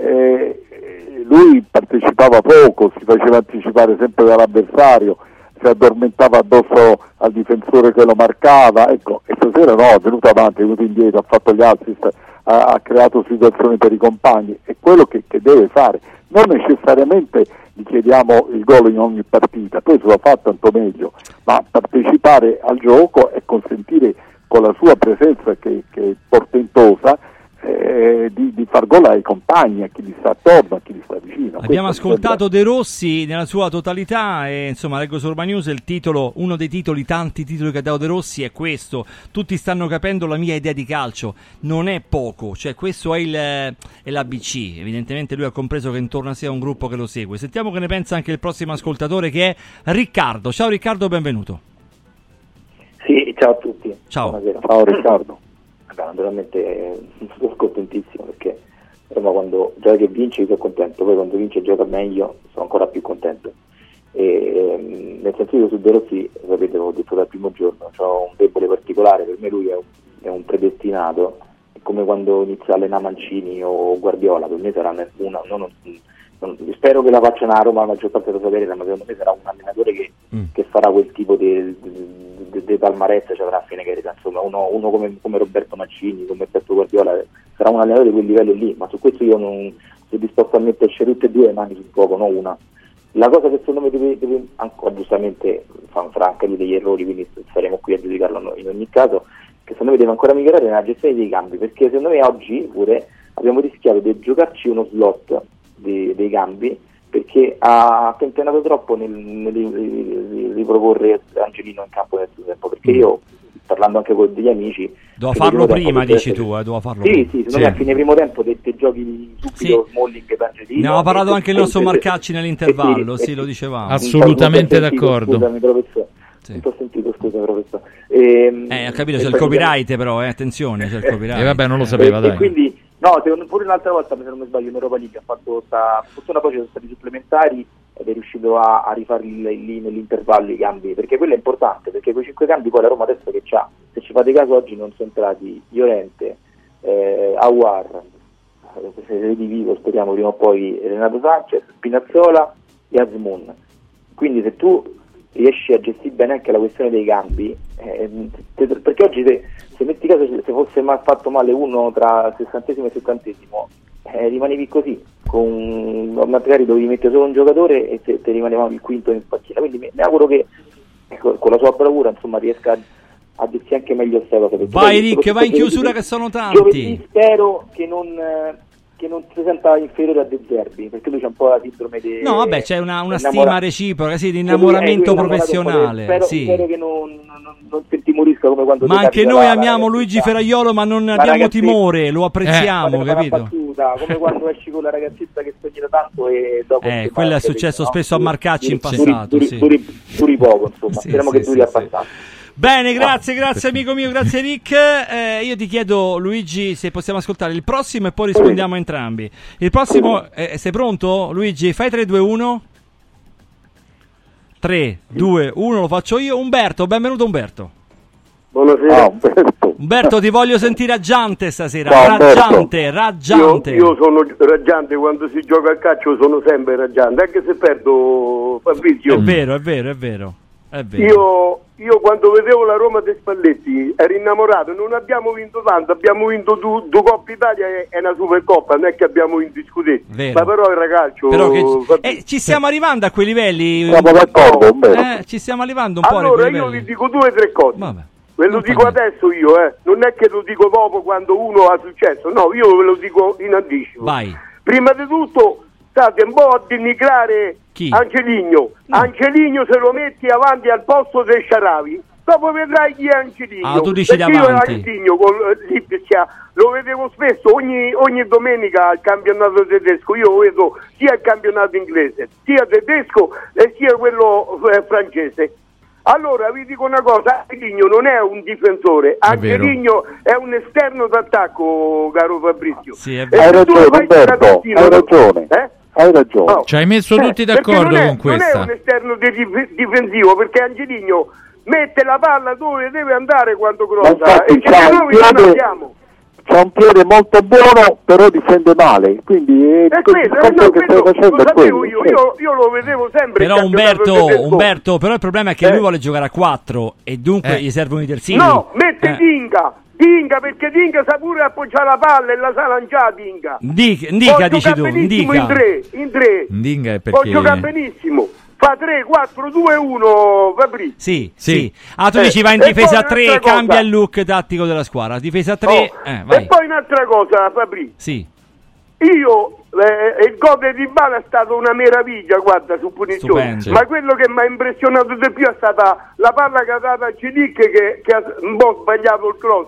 [SPEAKER 4] lui partecipava poco, si faceva anticipare sempre dall'avversario, si addormentava addosso al difensore che lo marcava, ecco, e stasera no, è venuto avanti, è venuto indietro, ha fatto gli assist, ha creato situazioni per i compagni, è quello che deve fare. Non necessariamente gli chiediamo il gol in ogni partita, poi se lo fa tanto meglio, ma partecipare al gioco e consentire con la sua presenza che è portentosa di far gol ai compagni, a chi gli sta attorno, a chi gli sta vicino.
[SPEAKER 2] Abbiamo ascoltato De Rossi nella sua totalità e insomma leggo su Roma News il titolo, uno dei titoli, tanti titoli che ha dato De Rossi è questo: tutti stanno capendo la mia idea di calcio. Non è poco, cioè questo è l'ABC. Evidentemente lui ha compreso che intorno a sé ha un gruppo che lo segue. Sentiamo che ne pensa anche il prossimo ascoltatore, che è Riccardo. Ciao Riccardo, benvenuto.
[SPEAKER 13] Sì, ciao a tutti.
[SPEAKER 2] Ciao.
[SPEAKER 13] Buonasera.
[SPEAKER 4] Ciao Riccardo.
[SPEAKER 13] Naturalmente sono contentissimo, perché Roma quando gioca e vince sono contento, poi quando vince e gioca meglio sono ancora più contento. Nel senso, io su De Rossi, sapete, l'ho detto dal primo giorno, ho un debole particolare, per me lui è un predestinato, è come quando inizia a allenare Mancini o Guardiola, per me sarà spero che la faccia a Roma la maggior parte da sapere, ma secondo me sarà un allenatore che farà quel tipo di palmarès, ci avrà a fine carriera, insomma uno come Roberto Mancini, come Pep Guardiola, sarà un allenatore di quel livello lì, ma su questo io non sono disposto a metterci tutte e 2 le mani sul fuoco, non una, La cosa che secondo me deve ancora, giustamente farà anche lui degli errori, quindi saremo qui a giudicarlo in ogni caso, che secondo me deve ancora migliorare nella gestione dei cambi, perché secondo me oggi pure abbiamo rischiato di giocarci uno slot dei cambi, perché ha tentato troppo nel riproporre Angelino in campo nel suo tempo, perché io, parlando anche con degli amici,
[SPEAKER 2] doveva farlo prima, dici tu, doveva farlo prima.
[SPEAKER 13] Sì, secondo me a fine primo tempo te giochi subito Smalling e Angelino.
[SPEAKER 2] Ne aveva parlato anche il nostro Marcacci nell'intervallo, sì, lo dicevamo.
[SPEAKER 3] Assolutamente d'accordo.
[SPEAKER 13] Scusami, professore. Non ti ho sentito, scusa, professore.
[SPEAKER 2] Ho capito, c'è il copyright però, attenzione, c'è il copyright.
[SPEAKER 3] Vabbè, non lo sapeva, dai.
[SPEAKER 13] E quindi, no, pure un'altra volta, se non mi sbaglio, in Europa League ha fatto una poi ci sono stati supplementari ed è riuscito a rifarli lì nell'intervallo i cambi, perché quello è importante, perché quei 5 cambi poi la Roma adesso che c'ha, se ci fate caso oggi non sono entrati Llorente, Aouar, se vedi vivo speriamo prima o poi Renato Sanchez, Spinazzola e Azmoun. Quindi se tu riesci a gestire bene anche la questione dei cambi, perché oggi se metti caso se fosse fatto male uno tra 60esimo e 70esimo, rimanevi così, magari dovevi mettere solo un giocatore e te rimaneva il quinto in panchina, quindi mi auguro che con la sua bravura insomma riesca a dirsi anche meglio questa cosa.
[SPEAKER 2] Vai Rick, vai in chiusura che sono tanti.
[SPEAKER 13] Giovedì spero che non si senta inferiore a De Zerbi, perché lui c'è un po' la sindrome di...
[SPEAKER 2] No, vabbè, c'è una stima reciproca, sì, di innamoramento professionale.
[SPEAKER 13] Spero che non si intimorisca come quando...
[SPEAKER 2] Ma anche noi amiamo Luigi Ferraiolo, ma non abbiamo timore, lo apprezziamo, capito?
[SPEAKER 13] Battuta, come quando esci con la ragazzetta che sogni da tanto e dopo...
[SPEAKER 2] quello è successo spesso a Marcacci in passato.
[SPEAKER 13] Duri poco, insomma, speriamo che duri abbastanza.
[SPEAKER 2] Bene, grazie amico mio, grazie Rick. Io ti chiedo, Luigi, se possiamo ascoltare il prossimo e poi rispondiamo a entrambi. Il prossimo, sei pronto Luigi? Fai 3-2-1. 3-2-1, lo faccio io. Umberto, benvenuto Umberto.
[SPEAKER 14] Buonasera.
[SPEAKER 2] Umberto, ti voglio sentire raggiante stasera.
[SPEAKER 14] Ciao,
[SPEAKER 2] raggiante.
[SPEAKER 14] Io sono raggiante, quando si gioca a calcio sono sempre raggiante, anche se perdo, Fabrizio.
[SPEAKER 2] È vero.
[SPEAKER 14] Io quando vedevo la Roma dei Spalletti ero innamorato, non abbiamo vinto tanto, abbiamo vinto due Coppa Italia e una Supercoppa, non è che abbiamo vinto i scudetti, ma però era calcio.
[SPEAKER 2] Ci stiamo arrivando a quei livelli.
[SPEAKER 14] Siamo d'accordo,
[SPEAKER 2] ci stiamo arrivando un po'.
[SPEAKER 14] Allora io vi dico 2 o 3 cose.
[SPEAKER 2] Vabbè.
[SPEAKER 14] Ve lo dico adesso io, non è che lo dico dopo quando uno ha successo, no, io ve lo dico in anticipo.
[SPEAKER 2] Vai.
[SPEAKER 14] Prima di tutto state un po' a denigrare Angelino. No. Angelino se lo metti avanti al posto del Sharawi, dopo vedrai chi è Angelino.
[SPEAKER 2] Tu dici
[SPEAKER 14] perché
[SPEAKER 2] davanti.
[SPEAKER 14] Io Angelino con l'Ipsia lo vedevo spesso ogni domenica al campionato tedesco, io lo vedo sia il campionato inglese, sia tedesco e sia quello francese. Allora vi dico una cosa, Angelino non è un difensore, Angelino è un esterno d'attacco, caro Fabrizio.
[SPEAKER 2] Sì,
[SPEAKER 14] hai ragione Umberto,
[SPEAKER 13] hai ragione.
[SPEAKER 14] No.
[SPEAKER 3] Ci hai messo tutti d'accordo con questa.
[SPEAKER 14] Non è un esterno difensivo, perché Angelino mette la palla dove deve andare quando crossa e noi non abbiamo.
[SPEAKER 4] C'ha un piede molto buono, però difende male, quindi
[SPEAKER 14] è quello, che stai facendo è quello. Io lo vedevo sempre.
[SPEAKER 2] Però Umberto, però il problema è che lui vuole giocare a 4 e dunque gli servono i terzini.
[SPEAKER 14] No, mette Dinga, perché Dinga sa pure appoggiare la palla e la sa lanciare Dinga.
[SPEAKER 2] Indica dici tu, indica.
[SPEAKER 14] In tre.
[SPEAKER 3] Dinga è perché...
[SPEAKER 14] Può giocare benissimo. Fa 3, 4, 2, 1, Fabrizio.
[SPEAKER 2] Sì. Tu dici va in difesa 3, cambia il look tattico della squadra. Difesa 3, vai.
[SPEAKER 14] E poi un'altra cosa, Fabrizio.
[SPEAKER 2] Sì.
[SPEAKER 14] Io il gol di Dybala è stato una meraviglia, guarda, su punizione.
[SPEAKER 2] Stupendo.
[SPEAKER 14] Ma quello che mi ha impressionato di più è stata la palla che ha dato a Celic che ha un po' sbagliato il cross.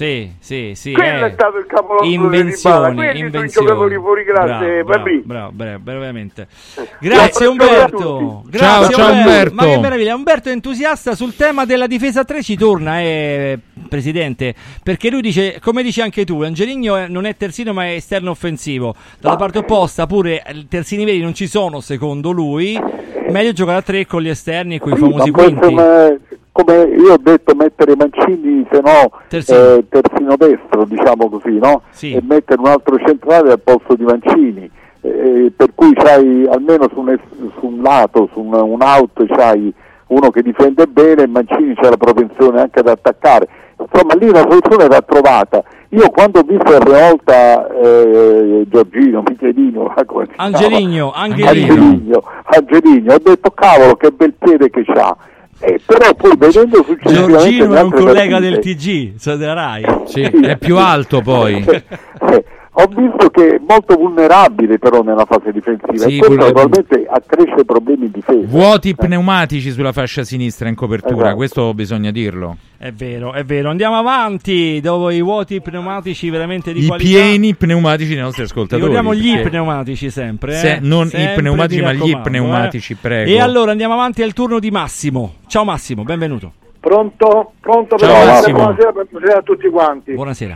[SPEAKER 2] Sì.
[SPEAKER 14] Quello è stato il capolavoro di Dybala. Quelli sono i giocatori fuori classe.
[SPEAKER 2] Bravo, veramente. Grazie Umberto.
[SPEAKER 3] Ciao Umberto.
[SPEAKER 2] Ma che meraviglia. Umberto è entusiasta sul tema della difesa 3, ci torna, Presidente, perché lui dice, come dici anche tu, Angelino non è terzino ma è esterno offensivo. Dalla parte opposta pure terzini veri non ci sono secondo lui, meglio giocare a 3 con gli esterni e con i famosi quinti.
[SPEAKER 4] Come io ho detto, mettere Mancini, se no terzino destro, diciamo così, no?
[SPEAKER 2] Sì.
[SPEAKER 4] E mettere un altro centrale al posto di Mancini, per cui c'hai almeno su un lato, su un out c'hai uno che difende bene e Mancini c'ha la propensione anche ad attaccare. Insomma lì la soluzione va trovata. Io quando ho visto in realtà Giorgino, Michelino,
[SPEAKER 2] Angelino,
[SPEAKER 4] ho detto cavolo che bel piede che c'ha. Però poi vedendo successivamente
[SPEAKER 2] Giorgino è un collega del TG, della Rai.
[SPEAKER 3] Sì, è più alto poi.
[SPEAKER 4] Ho visto che è molto vulnerabile però nella fase difensiva,
[SPEAKER 3] sì,
[SPEAKER 4] e questo naturalmente accresce problemi in difesa.
[SPEAKER 3] Vuoti pneumatici sulla fascia sinistra in copertura,
[SPEAKER 4] esatto.
[SPEAKER 3] Questo bisogna dirlo.
[SPEAKER 2] È vero. Andiamo avanti, dopo i vuoti pneumatici veramente di
[SPEAKER 3] I
[SPEAKER 2] qualità.
[SPEAKER 3] pieni pneumatici dei nostri ascoltatori.
[SPEAKER 2] Ricordiamo gli pneumatici sempre.
[SPEAKER 3] Non
[SPEAKER 2] sempre,
[SPEAKER 3] i pneumatici, ma gli pneumatici, prego.
[SPEAKER 2] E allora andiamo avanti al turno di Massimo. Ciao Massimo, benvenuto.
[SPEAKER 15] Pronto?
[SPEAKER 3] Ciao, Massimo.
[SPEAKER 15] Buonasera a tutti quanti.
[SPEAKER 2] Buonasera.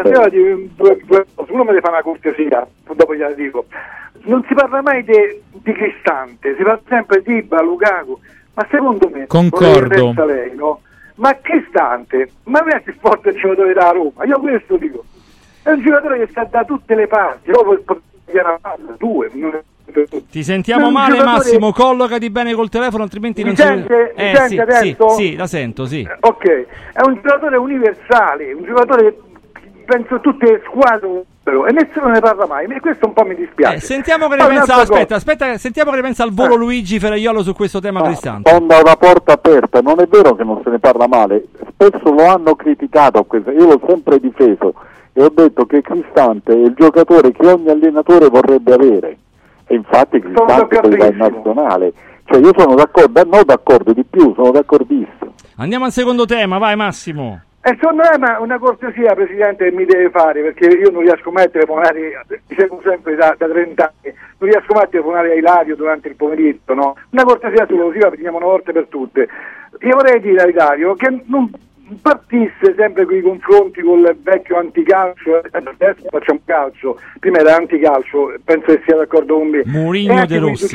[SPEAKER 15] Uno me ne fa una cortesia, dopo gliela dico. Non si parla mai di Cristante, si parla sempre di Ibra, Lukaku, ma secondo me,
[SPEAKER 3] concordo,
[SPEAKER 15] pensa lei, no? Ma Cristante, ma non è più forte il giocatore della Roma, io questo dico. È un giocatore che sta da tutte le parti, proprio una palla, due.
[SPEAKER 2] Ti sentiamo male,
[SPEAKER 15] giocatore...
[SPEAKER 2] Massimo, collocati bene col telefono, altrimenti non
[SPEAKER 15] sente,
[SPEAKER 2] si...
[SPEAKER 15] mi sente adesso?
[SPEAKER 2] Sì, la sento, sì.
[SPEAKER 15] Ok, è un giocatore universale, un giocatore che penso tutte le squadre e nessuno ne parla mai, e questo un po' mi dispiace.
[SPEAKER 2] Sentiamo che ne pensa, aspetta, sentiamo che ne pensa al volo Luigi Ferraiolo su questo tema Cristante.
[SPEAKER 4] Fonda una porta aperta, non è vero che non se ne parla male, spesso lo hanno criticato, io l'ho sempre difeso e ho detto che Cristante è il giocatore che ogni allenatore vorrebbe avere, e infatti Cristante poi va in nazionale, cioè io sono d'accordo, non d'accordo di più, sono d'accordissimo.
[SPEAKER 2] Andiamo al secondo tema, vai Massimo.
[SPEAKER 15] E secondo me una cortesia, Presidente, mi deve fare, perché io non riesco mai a telefonare, dicevo sempre da 30 anni, non riesco mai a telefonare a Ilario durante il pomeriggio, no? Una cortesia sulla così la finiamo una volta per tutte. Io vorrei dire a Ilario che non partisse sempre con i confronti con il vecchio anticalcio, adesso facciamo calcio, prima era anticalcio, penso che sia d'accordo con me.
[SPEAKER 2] Mourinho De Rossi.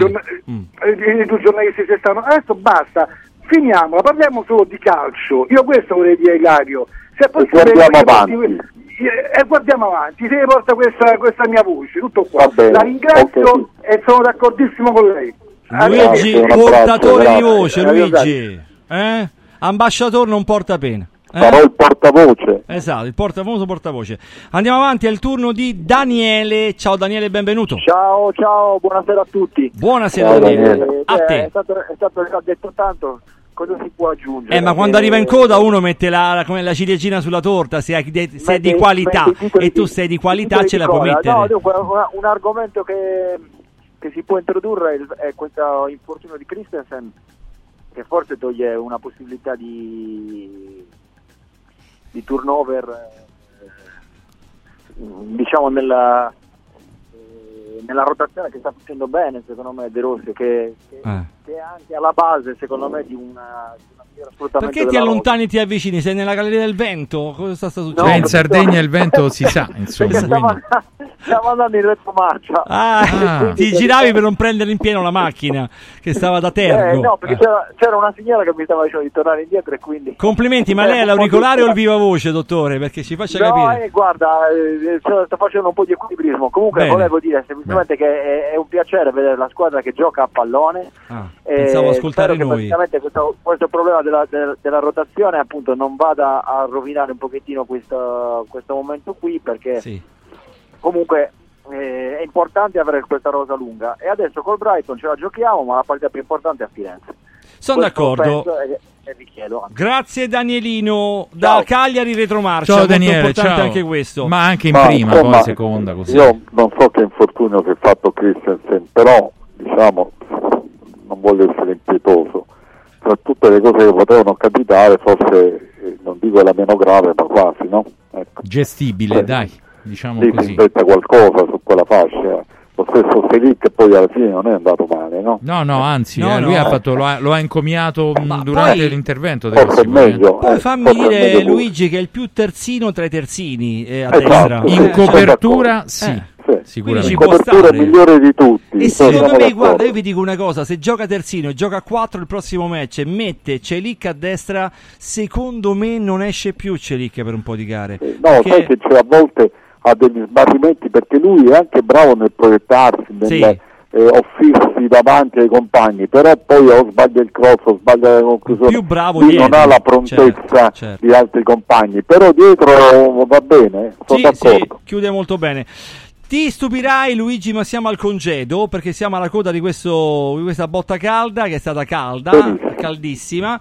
[SPEAKER 15] I due giornalisti che stanno, adesso basta. Finiamola, parliamo solo di calcio. Io questo vorrei dire a Ilario. Se
[SPEAKER 4] guardiamo avanti.
[SPEAKER 15] Guardiamo avanti, se ne porta questa mia voce, tutto qua.
[SPEAKER 4] Bene,
[SPEAKER 15] la ringrazio e sono d'accordissimo con lei.
[SPEAKER 2] Luigi, portatore di voce, Luigi. Ambasciatore non porta pena.
[SPEAKER 4] Farò il portavoce.
[SPEAKER 2] Esatto, il famoso portavoce. Andiamo avanti, è il turno di Daniele. Ciao Daniele, benvenuto.
[SPEAKER 16] Ciao, buonasera a tutti.
[SPEAKER 2] Buonasera Daniele. A te.
[SPEAKER 16] È stato già detto tanto. Cosa si può aggiungere?
[SPEAKER 2] Ma quando arriva in coda uno mette la ciliegina sulla torta, se è di qualità e tu sei di qualità ce la puoi mettere.
[SPEAKER 16] No, dunque, un argomento che si può introdurre è questo infortunio di Christensen, che forse toglie una possibilità di turnover, diciamo nella rotazione, che sta facendo bene secondo me De Rossi, che è anche alla base secondo me di una migliore sfruttamento.
[SPEAKER 2] Perché ti allontani e ti avvicini? Sei nella Galleria del Vento? Cosa sta succedendo?
[SPEAKER 3] No, in Sardegna il vento si sa, insomma.
[SPEAKER 16] Stiamo andando in retromarcia.
[SPEAKER 2] Ti giravi per non prendere in pieno la macchina che stava da Tergo.
[SPEAKER 16] No, perché c'era una signora che mi stava dicendo di tornare indietro e quindi...
[SPEAKER 2] Complimenti, ma lei è l'auricolare o il viva voce, dottore? Perché ci faccia capire.
[SPEAKER 16] Guarda, sto facendo un po' di equilibrismo. Comunque volevo dire semplicemente che è un piacere vedere la squadra che gioca a pallone.
[SPEAKER 2] Pensavo ascoltare noi.
[SPEAKER 16] Praticamente questo problema della rotazione appunto non vada a rovinare un pochettino questo momento qui, perché comunque è importante avere questa rosa lunga, e adesso col Brighton ce la giochiamo, ma la partita più importante è a Firenze.
[SPEAKER 2] Sono d'accordo.
[SPEAKER 16] E vi chiedo anche.
[SPEAKER 2] Grazie Danielino da Cagliari retromarcia.
[SPEAKER 3] Ciao Daniele,
[SPEAKER 2] molto importante
[SPEAKER 3] ciao.
[SPEAKER 2] Anche questo.
[SPEAKER 3] Ma anche in prima,
[SPEAKER 4] insomma,
[SPEAKER 3] poi seconda così.
[SPEAKER 4] Io non so che infortunio si è fatto Christensen, però diciamo non voglio essere impietoso, tra tutte le cose che potevano capitare forse non dico la meno grave, ma quasi, no? Ecco.
[SPEAKER 3] Gestibile, dai, diciamo
[SPEAKER 4] lì
[SPEAKER 3] così.
[SPEAKER 4] si inventa qualcosa su quella fascia. Lo stesso Selic poi alla fine non è andato male, no?
[SPEAKER 3] No, anzi,
[SPEAKER 2] No,
[SPEAKER 3] lui
[SPEAKER 2] no.
[SPEAKER 3] lo ha incomiato durante
[SPEAKER 2] poi-
[SPEAKER 3] l'intervento.
[SPEAKER 4] Forse è meglio.
[SPEAKER 2] Poi fammi
[SPEAKER 4] forse è
[SPEAKER 2] dire,
[SPEAKER 4] meglio
[SPEAKER 2] Luigi, che è il più terzino tra i terzini a
[SPEAKER 4] Esatto,
[SPEAKER 2] destra.
[SPEAKER 4] sì,
[SPEAKER 3] In copertura,
[SPEAKER 4] sono
[SPEAKER 3] sì,
[SPEAKER 2] Quindi
[SPEAKER 3] sicuramente.
[SPEAKER 2] ci
[SPEAKER 4] Il
[SPEAKER 2] può
[SPEAKER 4] copertura
[SPEAKER 2] stare.
[SPEAKER 4] migliore di tutti.
[SPEAKER 2] E
[SPEAKER 4] siamo
[SPEAKER 2] secondo me,
[SPEAKER 4] d'accordo.
[SPEAKER 2] guarda, io vi dico una cosa: se gioca terzino e gioca a 4 il prossimo match e mette Celic a destra, secondo me non esce più Celic per un po' di gare.
[SPEAKER 4] No,
[SPEAKER 2] Perché-
[SPEAKER 4] sai che c'è a volte ha degli sbarrimenti, perché lui è anche bravo nel proiettarsi, o fissi davanti ai compagni, però poi o sbaglia il cross o sbaglia la conclusione,
[SPEAKER 2] più bravo
[SPEAKER 4] lui
[SPEAKER 2] dietro,
[SPEAKER 4] non ha la prontezza
[SPEAKER 2] certo.
[SPEAKER 4] di altri compagni, però dietro va bene, sono d'accordo.
[SPEAKER 2] Sì, chiude molto bene. Ti stupirai, Luigi, ma siamo al congedo, perché siamo alla coda di questa botta calda, che è stata calda, caldissima.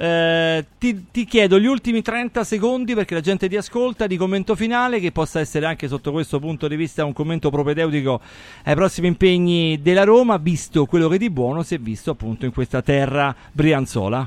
[SPEAKER 2] Ti chiedo gli ultimi 30 secondi, perché la gente ti ascolta, di commento finale, che possa essere anche sotto questo punto di vista un commento propedeutico ai prossimi impegni della Roma, visto quello che di buono si è visto appunto in questa terra brianzola.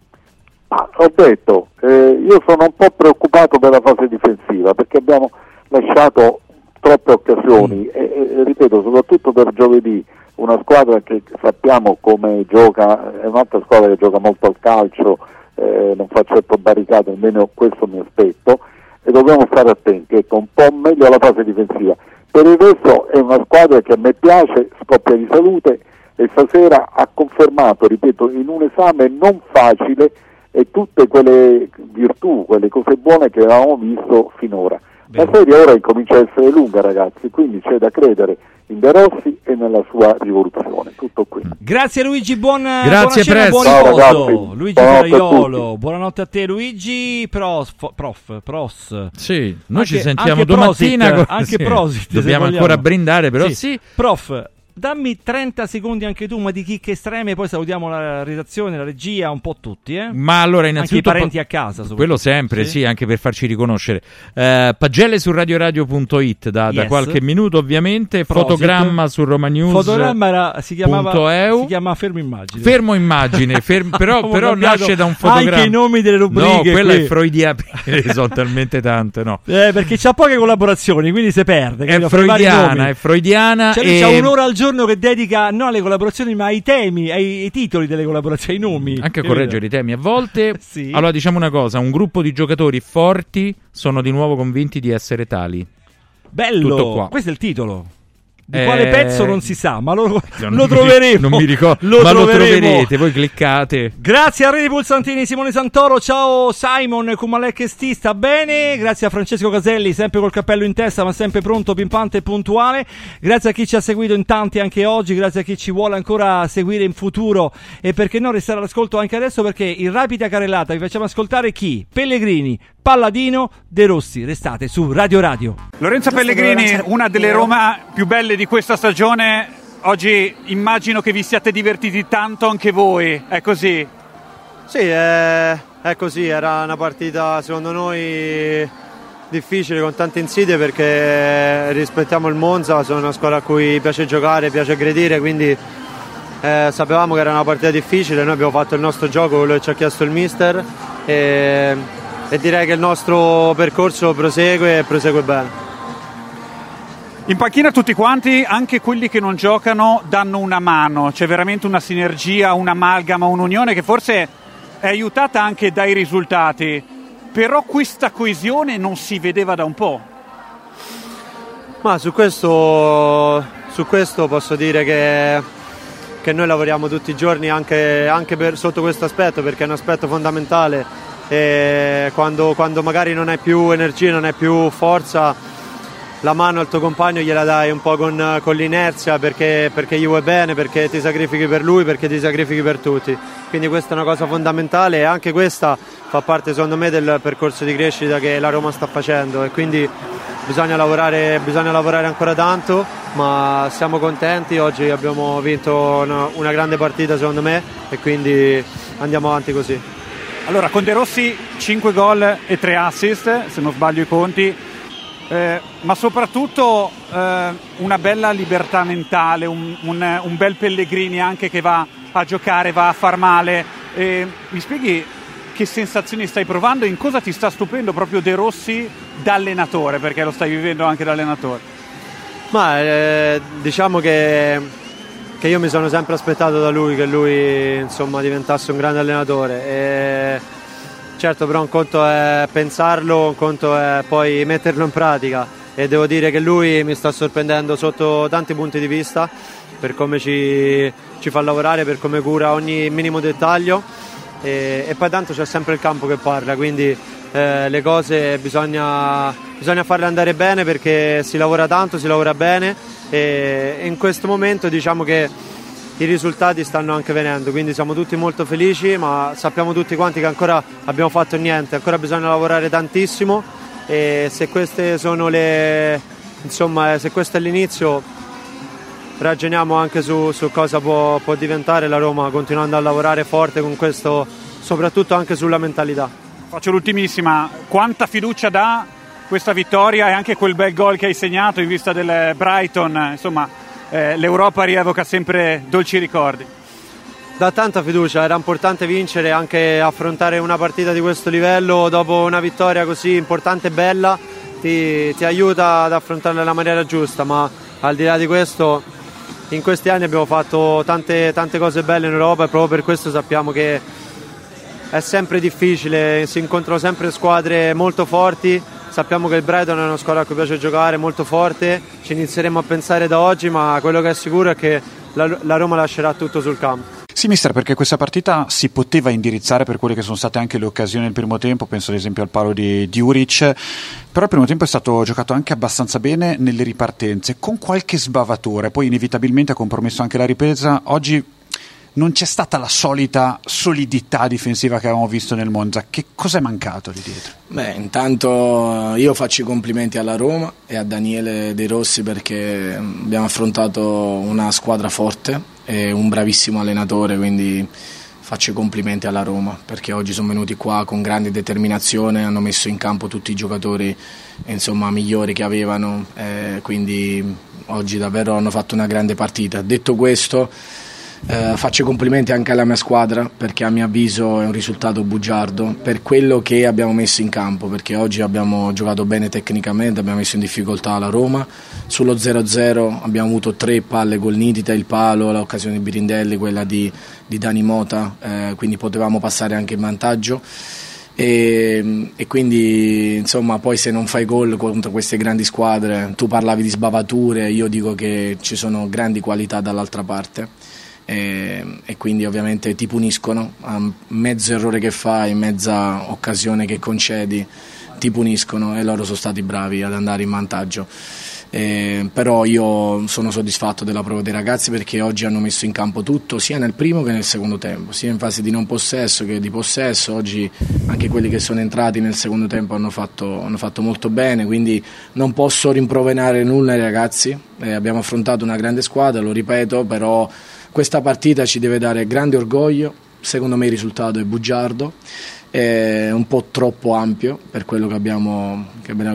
[SPEAKER 4] Ho detto, io sono un po' preoccupato per la fase difensiva, perché abbiamo lasciato troppe occasioni e ripeto, soprattutto per giovedì, una squadra che sappiamo come gioca, è un'altra squadra che gioca molto al calcio, non fa certo barricate, almeno questo mi aspetto, e dobbiamo stare attenti, ecco, un po' meglio alla fase difensiva. Per il resto è una squadra che a me piace, scoppia di salute, e stasera ha confermato, ripeto, in un esame non facile, e tutte quelle virtù, quelle cose buone che avevamo visto finora. La serie ora incomincia a essere lunga, ragazzi, quindi c'è da credere in De Rossi e nella sua rivoluzione. Tutto qui.
[SPEAKER 2] Grazie Luigi, buon
[SPEAKER 3] Grazie,
[SPEAKER 2] cena, buon
[SPEAKER 3] Ciao,
[SPEAKER 2] riposo.
[SPEAKER 3] ragazzi.
[SPEAKER 2] Luigi
[SPEAKER 3] Buonanotte
[SPEAKER 2] Ferraiolo, buonanotte a te Luigi. Pros.
[SPEAKER 3] Sì, noi ci
[SPEAKER 2] Anche-
[SPEAKER 3] sentiamo
[SPEAKER 2] anche
[SPEAKER 3] domattina.
[SPEAKER 2] prosit, anche prosit, se
[SPEAKER 3] Dobbiamo
[SPEAKER 2] vogliamo.
[SPEAKER 3] ancora brindare, però sì.
[SPEAKER 2] Prof, dammi 30 secondi anche tu, ma di chicche estreme, poi salutiamo la redazione, la regia, un po' tutti,
[SPEAKER 3] Ma allora innanzitutto
[SPEAKER 2] anche i parenti a casa,
[SPEAKER 3] quello sempre, sì, anche per farci riconoscere. Pagelle su radioradio.it da
[SPEAKER 2] Yes.
[SPEAKER 3] qualche minuto ovviamente,
[SPEAKER 2] Prosit.
[SPEAKER 3] fotogramma su Roma News.
[SPEAKER 2] Fotogramma si chiamava Fermo Immagine.
[SPEAKER 3] Fermo Immagine, però
[SPEAKER 2] Abbiamo cambiato
[SPEAKER 3] nasce da un fotogramma.
[SPEAKER 2] anche i nomi delle rubriche.
[SPEAKER 3] No, quella
[SPEAKER 2] qui.
[SPEAKER 3] è freudiana, sono talmente tante, no.
[SPEAKER 2] Perché c'ha poche collaborazioni, quindi si perde.
[SPEAKER 3] È
[SPEAKER 2] capito? Fra i vari
[SPEAKER 3] freudiana,
[SPEAKER 2] nomi.
[SPEAKER 3] è freudiana.
[SPEAKER 2] Cioè, lui c'ha un'ora al giorno che dedica non alle collaborazioni, ma ai temi, ai titoli delle collaborazioni, ai nomi.
[SPEAKER 3] Anche a
[SPEAKER 2] Capito?
[SPEAKER 3] correggere i temi a volte.
[SPEAKER 2] Sì.
[SPEAKER 3] Allora diciamo una cosa, un gruppo di giocatori forti sono di nuovo convinti di essere tali.
[SPEAKER 2] Bello,
[SPEAKER 3] Tutto qua.
[SPEAKER 2] questo è il titolo. Di quale pezzo non si sa, ma lo
[SPEAKER 3] Non
[SPEAKER 2] troveremo.
[SPEAKER 3] Non mi ricordo,
[SPEAKER 2] Lo
[SPEAKER 3] ma
[SPEAKER 2] troveremo.
[SPEAKER 3] lo troverete, voi cliccate.
[SPEAKER 2] Grazie a Reni Pulsantini, Simone Santoro, ciao Simon Kumalek e Sti, sta bene? Grazie a Francesco Caselli, sempre col cappello in testa ma sempre pronto, pimpante e puntuale. Grazie a chi ci ha seguito in tanti anche oggi, grazie a chi ci vuole ancora seguire in futuro e perché no restare all'ascolto anche adesso, perché in rapida carrellata vi facciamo ascoltare chi? Pellegrini, Palladino, De Rossi. Restate su Radio Radio.
[SPEAKER 17] Lorenzo Pellegrini, una delle Roma più belle di questa stagione. Oggi immagino che vi siate divertiti tanto anche voi, è così?
[SPEAKER 18] Sì, è così, era una partita secondo noi difficile con tante insidie perché rispettiamo il Monza, sono una squadra a cui piace giocare, piace aggredire, quindi sapevamo che era una partita difficile, noi abbiamo fatto il nostro gioco, quello che ci ha chiesto il mister e direi che il nostro percorso prosegue e prosegue bene.
[SPEAKER 17] In panchina tutti quanti, anche quelli che non giocano, danno una mano, c'è veramente una sinergia, un'amalgama, un'unione che forse è aiutata anche dai risultati, però questa coesione non si vedeva da un po'.
[SPEAKER 18] Ma su questo posso dire che noi lavoriamo tutti i giorni anche sotto questo aspetto, perché è un aspetto fondamentale. E quando magari non hai più energia, non hai più forza, la mano al tuo compagno gliela dai un po' con l'inerzia perché gli vuoi bene, perché ti sacrifichi per lui, perché ti sacrifichi per tutti. Quindi questa è una cosa fondamentale e anche questa fa parte secondo me del percorso di crescita che la Roma sta facendo e quindi bisogna lavorare ancora tanto, ma siamo contenti. Oggi abbiamo vinto una grande partita secondo me e quindi andiamo avanti così.
[SPEAKER 17] Allora, con De Rossi 5 gol e 3 assist, se non sbaglio i conti, ma soprattutto una bella libertà mentale, un bel Pellegrini anche che va a giocare, va a far male. Mi spieghi che sensazioni stai provando e in cosa ti sta stupendo proprio De Rossi da allenatore, perché lo stai vivendo anche da allenatore?
[SPEAKER 18] Ma diciamo che io mi sono sempre aspettato da lui che lui insomma diventasse un grande allenatore e certo, però un conto è pensarlo, un conto è poi metterlo in pratica e devo dire che lui mi sta sorprendendo sotto tanti punti di vista per come ci fa lavorare, per come cura ogni minimo dettaglio e poi tanto c'è sempre il campo che parla, quindi le cose bisogna farle andare bene perché si lavora tanto, si lavora bene e in questo momento diciamo che i risultati stanno anche venendo, quindi siamo tutti molto felici, ma sappiamo tutti quanti che ancora abbiamo fatto niente, ancora bisogna lavorare tantissimo, e se queste sono se questo è l'inizio, ragioniamo anche su cosa può diventare la Roma, continuando a lavorare forte con questo, soprattutto anche sulla mentalità.
[SPEAKER 17] Faccio l'ultimissima: quanta fiducia dà questa vittoria e anche quel bel gol che hai segnato in vista del Brighton? Insomma, l'Europa rievoca sempre dolci ricordi.
[SPEAKER 18] Dà tanta fiducia, era importante vincere, anche affrontare una partita di questo livello dopo una vittoria così importante e bella ti aiuta ad affrontarla nella maniera giusta, ma al di là di questo in questi anni abbiamo fatto tante cose belle in Europa, e proprio per questo sappiamo che è sempre difficile, si incontrano sempre squadre molto forti. Sappiamo che il Brighton è una squadra a cui piace giocare, molto forte, ci inizieremo a pensare da oggi, ma quello che è sicuro è che la Roma lascerà tutto sul campo.
[SPEAKER 9] Sì, mister, perché questa partita si poteva indirizzare per quelle che sono state anche le occasioni nel primo tempo, penso ad esempio al palo di Juric, però il primo tempo è stato giocato anche abbastanza bene nelle ripartenze, con qualche sbavatura, poi inevitabilmente ha compromesso anche la ripresa. Oggi non c'è stata la solita solidità difensiva che avevamo visto nel Monza. Che cosa è mancato lì dietro?
[SPEAKER 19] Beh, intanto io faccio i complimenti alla Roma e a Daniele De Rossi, perché abbiamo affrontato una squadra forte e un bravissimo allenatore, quindi faccio i complimenti alla Roma, perché oggi sono venuti qua con grande determinazione, hanno messo in campo tutti i giocatori migliori che avevano, quindi oggi davvero hanno fatto una grande partita. Detto questo, faccio i complimenti anche alla mia squadra, perché a mio avviso è un risultato bugiardo per quello che abbiamo messo in campo, perché oggi abbiamo giocato bene tecnicamente, abbiamo messo in difficoltà la Roma. Sullo 0-0 abbiamo avuto 3 palle gol nitide, il palo, l'occasione di Birindelli, quella di Dani Mota, quindi potevamo passare anche in vantaggio. E quindi poi se non fai gol contro queste grandi squadre, tu parlavi di sbavature, io dico che ci sono grandi qualità dall'altra parte. E quindi ovviamente ti puniscono a mezzo errore che fai, mezza occasione che concedi, ti puniscono, e loro sono stati bravi ad andare in vantaggio. Però io sono soddisfatto della prova dei ragazzi, perché oggi hanno messo in campo tutto, sia nel primo che nel secondo tempo, sia in fase di non possesso che di possesso. Oggi anche quelli che sono entrati nel secondo tempo hanno fatto molto bene, quindi non posso rimproverare nulla ai ragazzi. Abbiamo affrontato una grande squadra, lo ripeto, però questa partita ci deve dare grande orgoglio. Secondo me il risultato è bugiardo, è un po' troppo ampio per quello che abbiamo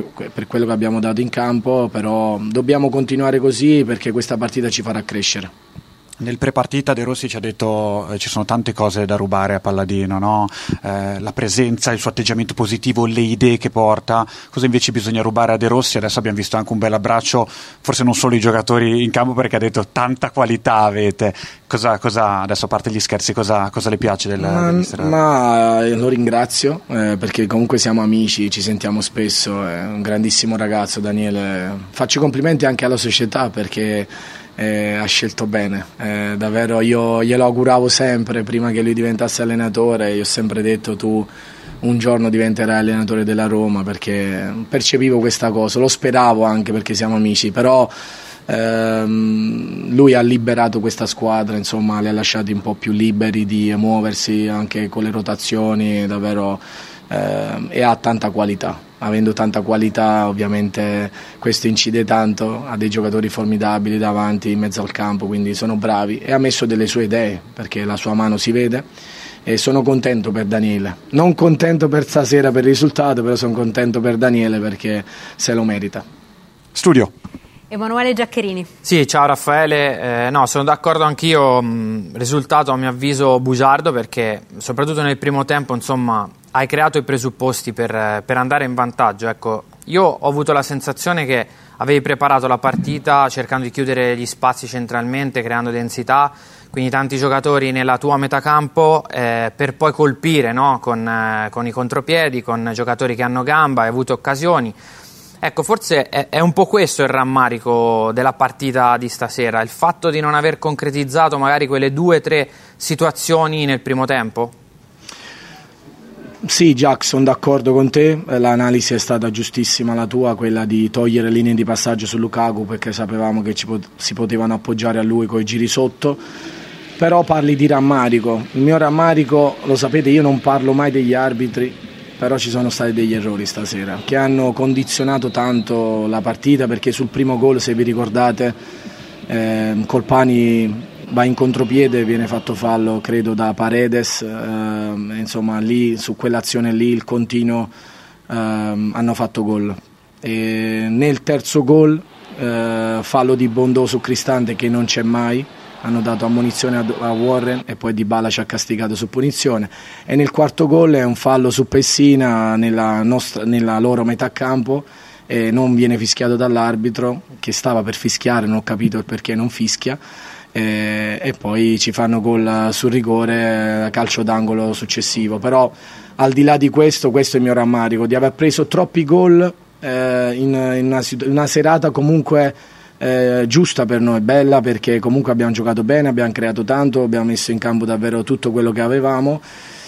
[SPEAKER 19] dato in campo, però dobbiamo continuare così, perché questa partita ci farà crescere.
[SPEAKER 9] Nel prepartita De Rossi ci ha detto ci sono tante cose da rubare a Palladino, no? La presenza, il suo atteggiamento positivo, le idee che porta. Cosa invece bisogna rubare a De Rossi? Adesso abbiamo visto anche un bel abbraccio, forse non solo i giocatori in campo, perché ha detto tanta qualità avete. Cosa adesso, a parte gli scherzi, cosa le piace del mister?
[SPEAKER 19] Ma lo ringrazio, perché comunque siamo amici, ci sentiamo spesso, è un grandissimo ragazzo Daniele. Faccio complimenti anche alla società, perché ha scelto bene, davvero. Io glielo auguravo sempre prima che lui diventasse allenatore, io ho sempre detto tu un giorno diventerai allenatore della Roma, perché percepivo questa cosa, lo speravo anche perché siamo amici, però lui ha liberato questa squadra, li ha lasciati un po' più liberi di muoversi anche con le rotazioni, davvero, e ha tanta qualità. Avendo tanta qualità, ovviamente questo incide tanto, ha dei giocatori formidabili davanti in mezzo al campo, quindi sono bravi, e ha messo delle sue idee, perché la sua mano si vede, e sono contento per Daniele. Non contento per stasera per il risultato, però sono contento per Daniele, perché se lo merita.
[SPEAKER 9] Studio.
[SPEAKER 11] Emanuele Giaccherini.
[SPEAKER 12] Sì, ciao Raffaele, sono d'accordo anch'io, risultato a mio avviso bugiardo, perché soprattutto nel primo tempo hai creato i presupposti per andare in vantaggio. Ecco, io ho avuto la sensazione che avevi preparato la partita cercando di chiudere gli spazi centralmente, creando densità, quindi tanti giocatori nella tua metà campo, per poi colpire, no? con i contropiedi, con giocatori che hanno gamba, hai avuto occasioni. Ecco, forse è un po' questo il rammarico della partita di stasera, il fatto di non aver concretizzato magari quelle 2 o 3 situazioni nel primo tempo?
[SPEAKER 19] Sì, Jack, sono d'accordo con te, l'analisi è stata giustissima la tua, quella di togliere linee di passaggio su Lukaku, perché sapevamo che si potevano appoggiare a lui coi giri sotto. Però parli di rammarico. Il mio rammarico, lo sapete, io non parlo mai degli arbitri, però ci sono stati degli errori stasera che hanno condizionato tanto la partita, perché sul primo gol, se vi ricordate, Colpani va in contropiede, viene fatto fallo credo da Paredes, insomma lì su quell'azione lì il continuo hanno fatto gol. E nel terzo gol fallo di Bondò su Cristante che non c'è mai, hanno dato ammonizione a Warren e poi Dybala ci ha castigato su punizione, e nel quarto gol è un fallo su Pessina nella loro metà campo e non viene fischiato dall'arbitro, che stava per fischiare, non ho capito il perché non fischia, e poi ci fanno gol sul rigore, calcio d'angolo successivo. Però al di là di questo è il mio rammarico, di aver preso troppi gol in una serata comunque giusta per noi, bella, perché comunque abbiamo giocato bene, abbiamo creato tanto, abbiamo messo in campo davvero tutto quello che avevamo,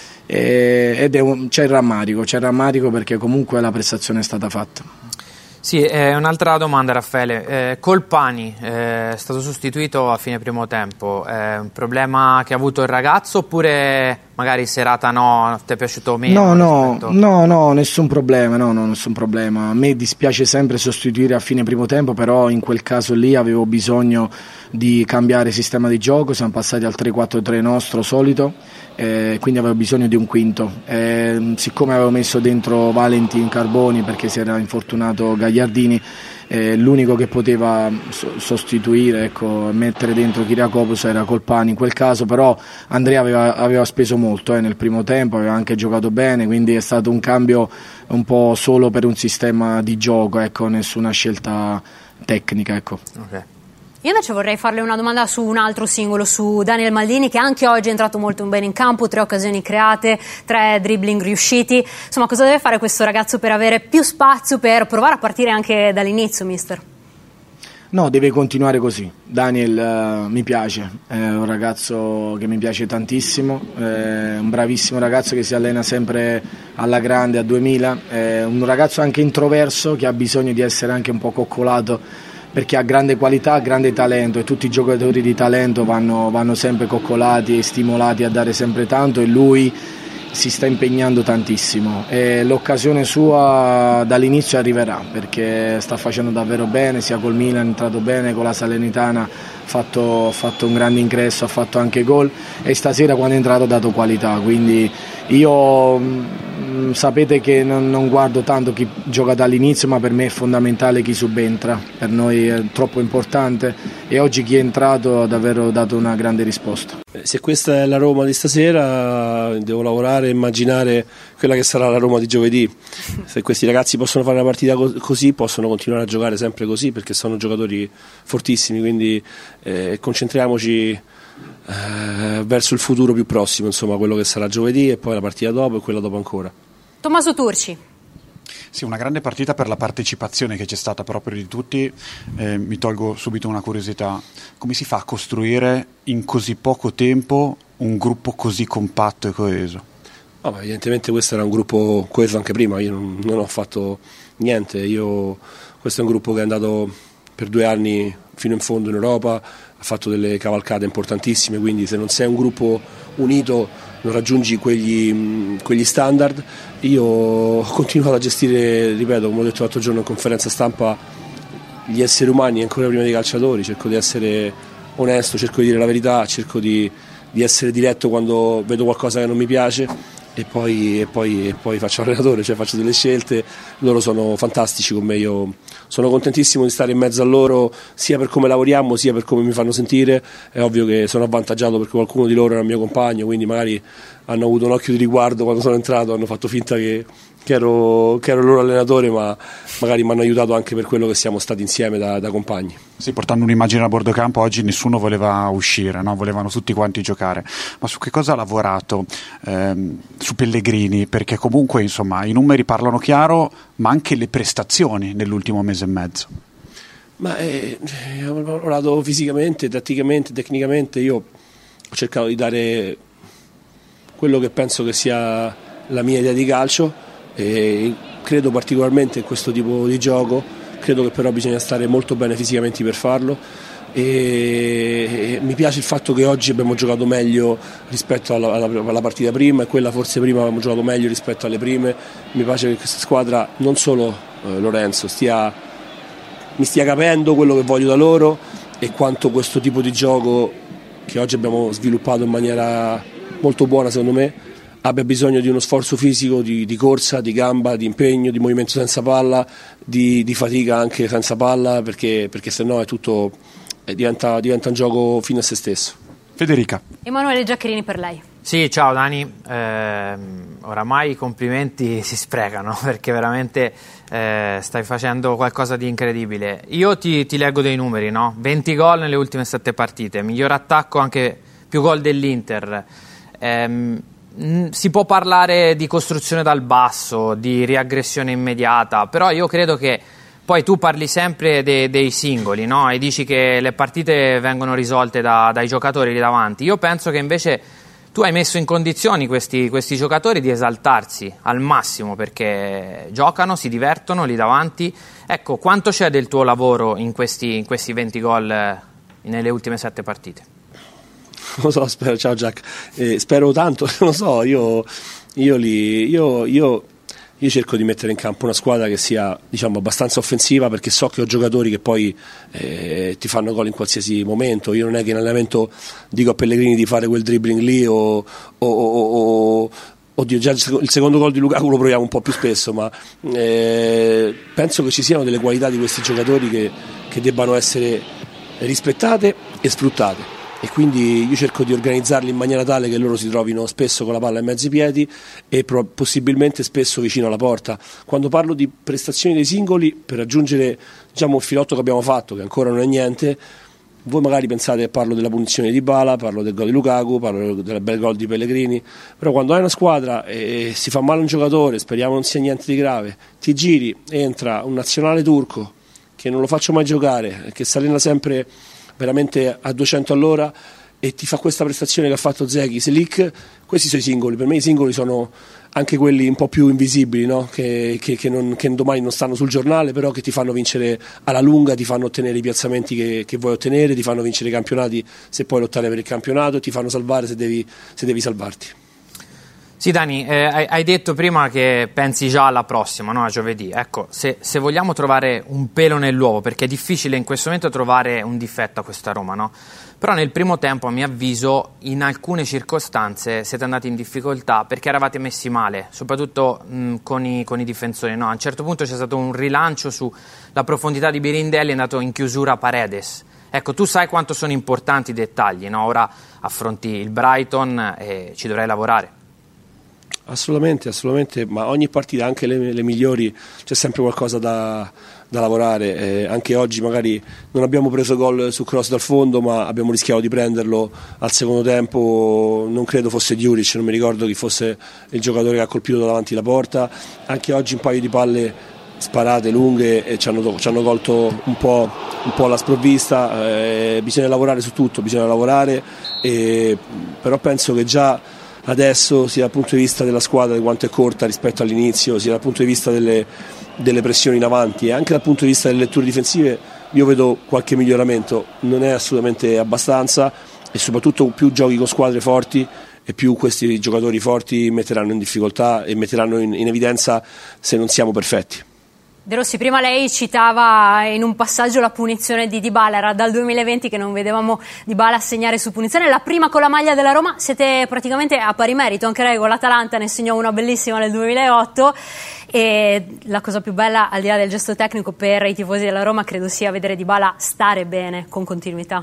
[SPEAKER 19] c'è il rammarico perché comunque la prestazione è stata fatta.
[SPEAKER 12] Sì, un'altra domanda, Raffaele. Colpani è stato sostituito a fine primo tempo, è un problema che ha avuto il ragazzo oppure magari serata ti è piaciuto meno?
[SPEAKER 19] No, nessun problema, nessun problema. A me dispiace sempre sostituire a fine primo tempo, però in quel caso lì avevo bisogno di cambiare sistema di gioco, siamo passati al 3-4-3 nostro solito, quindi avevo bisogno di un quinto. Siccome avevo messo dentro Valentin Carboni perché si era infortunato Gagliardini, l'unico che poteva sostituire, mettere dentro Kyriakopoulos era Colpani in quel caso, però Andrea aveva speso molto nel primo tempo, aveva anche giocato bene, quindi è stato un cambio un po' solo per un sistema di gioco, nessuna scelta tecnica.
[SPEAKER 12] Okay.
[SPEAKER 11] Io invece vorrei farle una domanda su un altro singolo, su Daniel Maldini, che anche oggi è entrato molto bene in campo, 3 occasioni create, 3 dribbling riusciti. Insomma, cosa deve fare questo ragazzo per avere più spazio, per provare a partire anche dall'inizio, mister?
[SPEAKER 19] No, deve continuare così. Daniel mi piace, è un ragazzo che mi piace tantissimo, è un bravissimo ragazzo che si allena sempre alla grande, a 2000, è un ragazzo anche introverso che ha bisogno di essere anche un po' coccolato, perché ha grande qualità, grande talento, e tutti i giocatori di talento vanno sempre coccolati e stimolati a dare sempre tanto, e lui si sta impegnando tantissimo e l'occasione sua dall'inizio arriverà, perché sta facendo davvero bene, sia col Milan è entrato bene, con la Salernitana ha fatto un grande ingresso, ha fatto anche gol, e stasera quando è entrato ha dato qualità, quindi io sapete che non guardo tanto chi gioca dall'inizio, ma per me è fondamentale chi subentra, per noi è troppo importante, e oggi chi è entrato ha davvero dato una grande risposta.
[SPEAKER 10] Se questa è la Roma di stasera, devo lavorare e immaginare quella che sarà la Roma di giovedì. Se questi ragazzi possono fare una partita così, possono continuare a giocare sempre così, perché sono giocatori fortissimi, quindi concentriamoci verso il futuro più prossimo, insomma, quello che sarà giovedì, e poi la partita dopo e quella dopo ancora.
[SPEAKER 11] Tommaso Turci.
[SPEAKER 9] Sì, una grande partita per la partecipazione che c'è stata proprio di tutti. Mi tolgo subito una curiosità: come si fa a costruire in così poco tempo un gruppo così compatto e coeso?
[SPEAKER 10] No, ma evidentemente questo era un gruppo coeso anche prima, io non ho fatto niente, questo è un gruppo che è andato per 2 anni fino in fondo in Europa, ha fatto delle cavalcate importantissime, quindi se non sei un gruppo unito non raggiungi quegli standard. Io ho continuato a gestire, ripeto, come ho detto l'altro giorno in conferenza stampa, gli esseri umani ancora prima dei calciatori, cerco di essere onesto, cerco di dire la verità, cerco di essere diretto quando vedo qualcosa che non mi piace, e poi faccio allenatore, cioè faccio delle scelte. Loro sono fantastici con me, io sono contentissimo di stare in mezzo a loro, sia per come lavoriamo sia per come mi fanno sentire. È ovvio che sono avvantaggiato perché qualcuno di loro era il mio compagno, quindi magari hanno avuto un occhio di riguardo quando sono entrato, hanno fatto finta che ero il loro allenatore, ma magari mi hanno aiutato anche per quello che siamo stati insieme da compagni.
[SPEAKER 9] Sì, portando un'immagine a bordo campo, oggi nessuno voleva uscire, no? Volevano tutti quanti giocare. Ma su che cosa ha lavorato? Su Pellegrini, perché comunque insomma i numeri parlano chiaro, ma anche le prestazioni nell'ultimo mese e mezzo.
[SPEAKER 10] Ma ho lavorato fisicamente, tatticamente, tecnicamente. Io ho cercato di dare quello che penso che sia la mia idea di calcio, e credo particolarmente in questo tipo di gioco, credo che però bisogna stare molto bene fisicamente per farlo, e mi piace il fatto che oggi abbiamo giocato meglio rispetto alla partita prima, e quella forse prima abbiamo giocato meglio rispetto alle prime. Mi piace che questa squadra, non solo Lorenzo, mi stia capendo quello che voglio da loro, e quanto questo tipo di gioco che oggi abbiamo sviluppato in maniera molto buona, secondo me, abbia bisogno di uno sforzo fisico, di corsa, di gamba, di impegno, di movimento senza palla, di fatica anche senza palla, perché sennò è tutto, diventa un gioco fine a se stesso.
[SPEAKER 9] Federica.
[SPEAKER 11] Emanuele Giaccherini per lei.
[SPEAKER 12] Sì, ciao Dani, oramai i complimenti si sprecano perché veramente stai facendo qualcosa di incredibile. Io ti leggo dei numeri, no? 20 gol nelle ultime 7 partite, miglior attacco, anche più gol dell'Inter. Si può parlare di costruzione dal basso, di riaggressione immediata, però io credo che poi tu parli sempre dei singoli, no? E dici che le partite vengono risolte dai giocatori lì davanti. Io penso che invece tu hai messo in condizioni questi giocatori di esaltarsi al massimo, perché giocano, si divertono lì davanti. Ecco, quanto c'è del tuo lavoro in questi 20 gol nelle ultime 7 partite?
[SPEAKER 10] Non lo so, ciao Jack, spero tanto, non lo so, io cerco di mettere in campo una squadra che sia, diciamo, abbastanza offensiva, perché so che ho giocatori che poi ti fanno gol in qualsiasi momento. Io non è che in allenamento dico a Pellegrini di fare quel dribbling lì oddio, già il secondo gol di Lukaku lo proviamo un po' più spesso, ma penso che ci siano delle qualità di questi giocatori che debbano essere rispettate e sfruttate, e quindi io cerco di organizzarli in maniera tale che loro si trovino spesso con la palla in mezzo ai piedi e possibilmente spesso vicino alla porta. Quando parlo di prestazioni dei singoli, per raggiungere, diciamo, un filotto che abbiamo fatto, che ancora non è niente, voi magari pensate che parlo della punizione di Dybala, parlo del gol di Lukaku, parlo del bel gol di Pellegrini, però quando hai una squadra e si fa male un giocatore, speriamo non sia niente di grave, ti giri, entra un nazionale turco che non lo faccio mai giocare, che si allena sempre veramente a 200 all'ora, e ti fa questa prestazione che ha fatto Zeki, Selic. Questi sono i singoli. Per me i singoli sono anche quelli un po' più invisibili, no? che domani non stanno sul giornale, però che ti fanno vincere alla lunga, ti fanno ottenere i piazzamenti che vuoi ottenere, ti fanno vincere i campionati se puoi lottare per il campionato, e ti fanno salvare se devi salvarti.
[SPEAKER 12] Sì, Dani, hai detto prima che pensi già alla prossima, no? A giovedì. Ecco, se vogliamo trovare un pelo nell'uovo, perché è difficile in questo momento trovare un difetto a questa Roma, no? Però nel primo tempo, a mio avviso, in alcune circostanze siete andati in difficoltà perché eravate messi male, soprattutto con i difensori, no? A un certo punto c'è stato un rilancio sulla profondità di Birindelli, è andato in chiusura Paredes. Ecco, tu sai quanto sono importanti i dettagli, no? Ora affronti il Brighton e ci dovrai lavorare.
[SPEAKER 10] Assolutamente, ma ogni partita, anche le migliori, c'è sempre qualcosa da lavorare. Anche oggi magari non abbiamo preso gol su cross dal fondo, ma abbiamo rischiato di prenderlo al secondo tempo. Non credo fosse Djuric, non mi ricordo chi fosse il giocatore che ha colpito davanti la porta. Anche oggi un paio di palle sparate lunghe e ci hanno colto un po' alla sprovvista. Bisogna lavorare su tutto, però penso che già adesso, sia dal punto di vista della squadra, di quanto è corta rispetto all'inizio, sia dal punto di vista delle pressioni in avanti e anche dal punto di vista delle letture difensive, io vedo qualche miglioramento. Non è assolutamente abbastanza, e soprattutto più giochi con squadre forti e più questi giocatori forti metteranno in difficoltà e metteranno in evidenza se non siamo perfetti.
[SPEAKER 11] De Rossi, prima lei citava in un passaggio la punizione di Dybala, era dal 2020 che non vedevamo Dybala segnare su punizione, la prima con la maglia della Roma, siete praticamente a pari merito, anche lei con l'Atalanta ne segnò una bellissima nel 2008, e la cosa più bella, al di là del gesto tecnico, per i tifosi della Roma credo sia vedere Dybala stare bene, con continuità.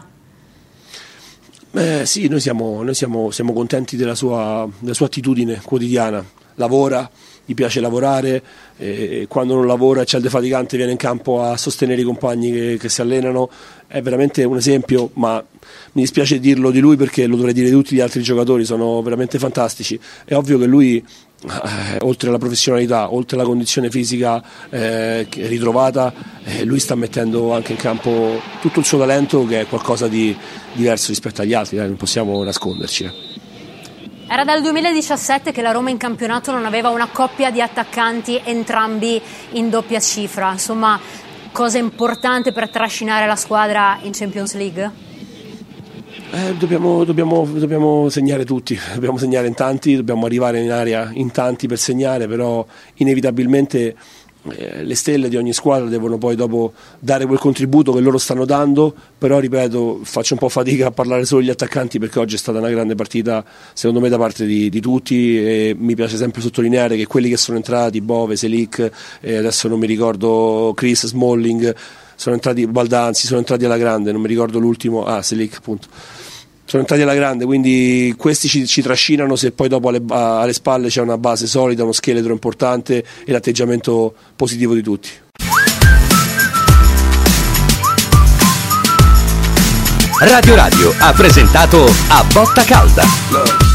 [SPEAKER 10] Sì, noi siamo contenti della sua attitudine quotidiana, lavora, gli piace lavorare, quando non lavora c'è il defaticante, viene in campo a sostenere i compagni che si allenano, è veramente un esempio, ma mi dispiace dirlo di lui perché lo dovrei dire di tutti gli altri giocatori, sono veramente fantastici. È ovvio che lui, oltre alla professionalità, oltre alla condizione fisica ritrovata, lui sta mettendo anche in campo tutto il suo talento, che è qualcosa di diverso rispetto agli altri, non possiamo nasconderci.
[SPEAKER 11] Era dal 2017 che la Roma in campionato non aveva una coppia di attaccanti entrambi in doppia cifra, insomma cosa importante per trascinare la squadra in Champions League?
[SPEAKER 10] Dobbiamo segnare tutti, dobbiamo segnare in tanti, dobbiamo arrivare in area in tanti per segnare, però inevitabilmente le stelle di ogni squadra devono poi dopo dare quel contributo che loro stanno dando, però ripeto, faccio un po' fatica a parlare solo degli attaccanti perché oggi è stata una grande partita secondo me da parte di tutti, e mi piace sempre sottolineare che quelli che sono entrati, Bove, Selic, adesso non mi ricordo, Chris Smalling, sono entrati, Baldanzi, sono entrati alla grande, non mi ricordo l'ultimo, Selic appunto, sono entrati alla grande, quindi questi ci trascinano se poi dopo alle spalle c'è una base solida, uno scheletro importante e l'atteggiamento positivo di tutti.
[SPEAKER 1] Radio ha presentato A Botta Calda.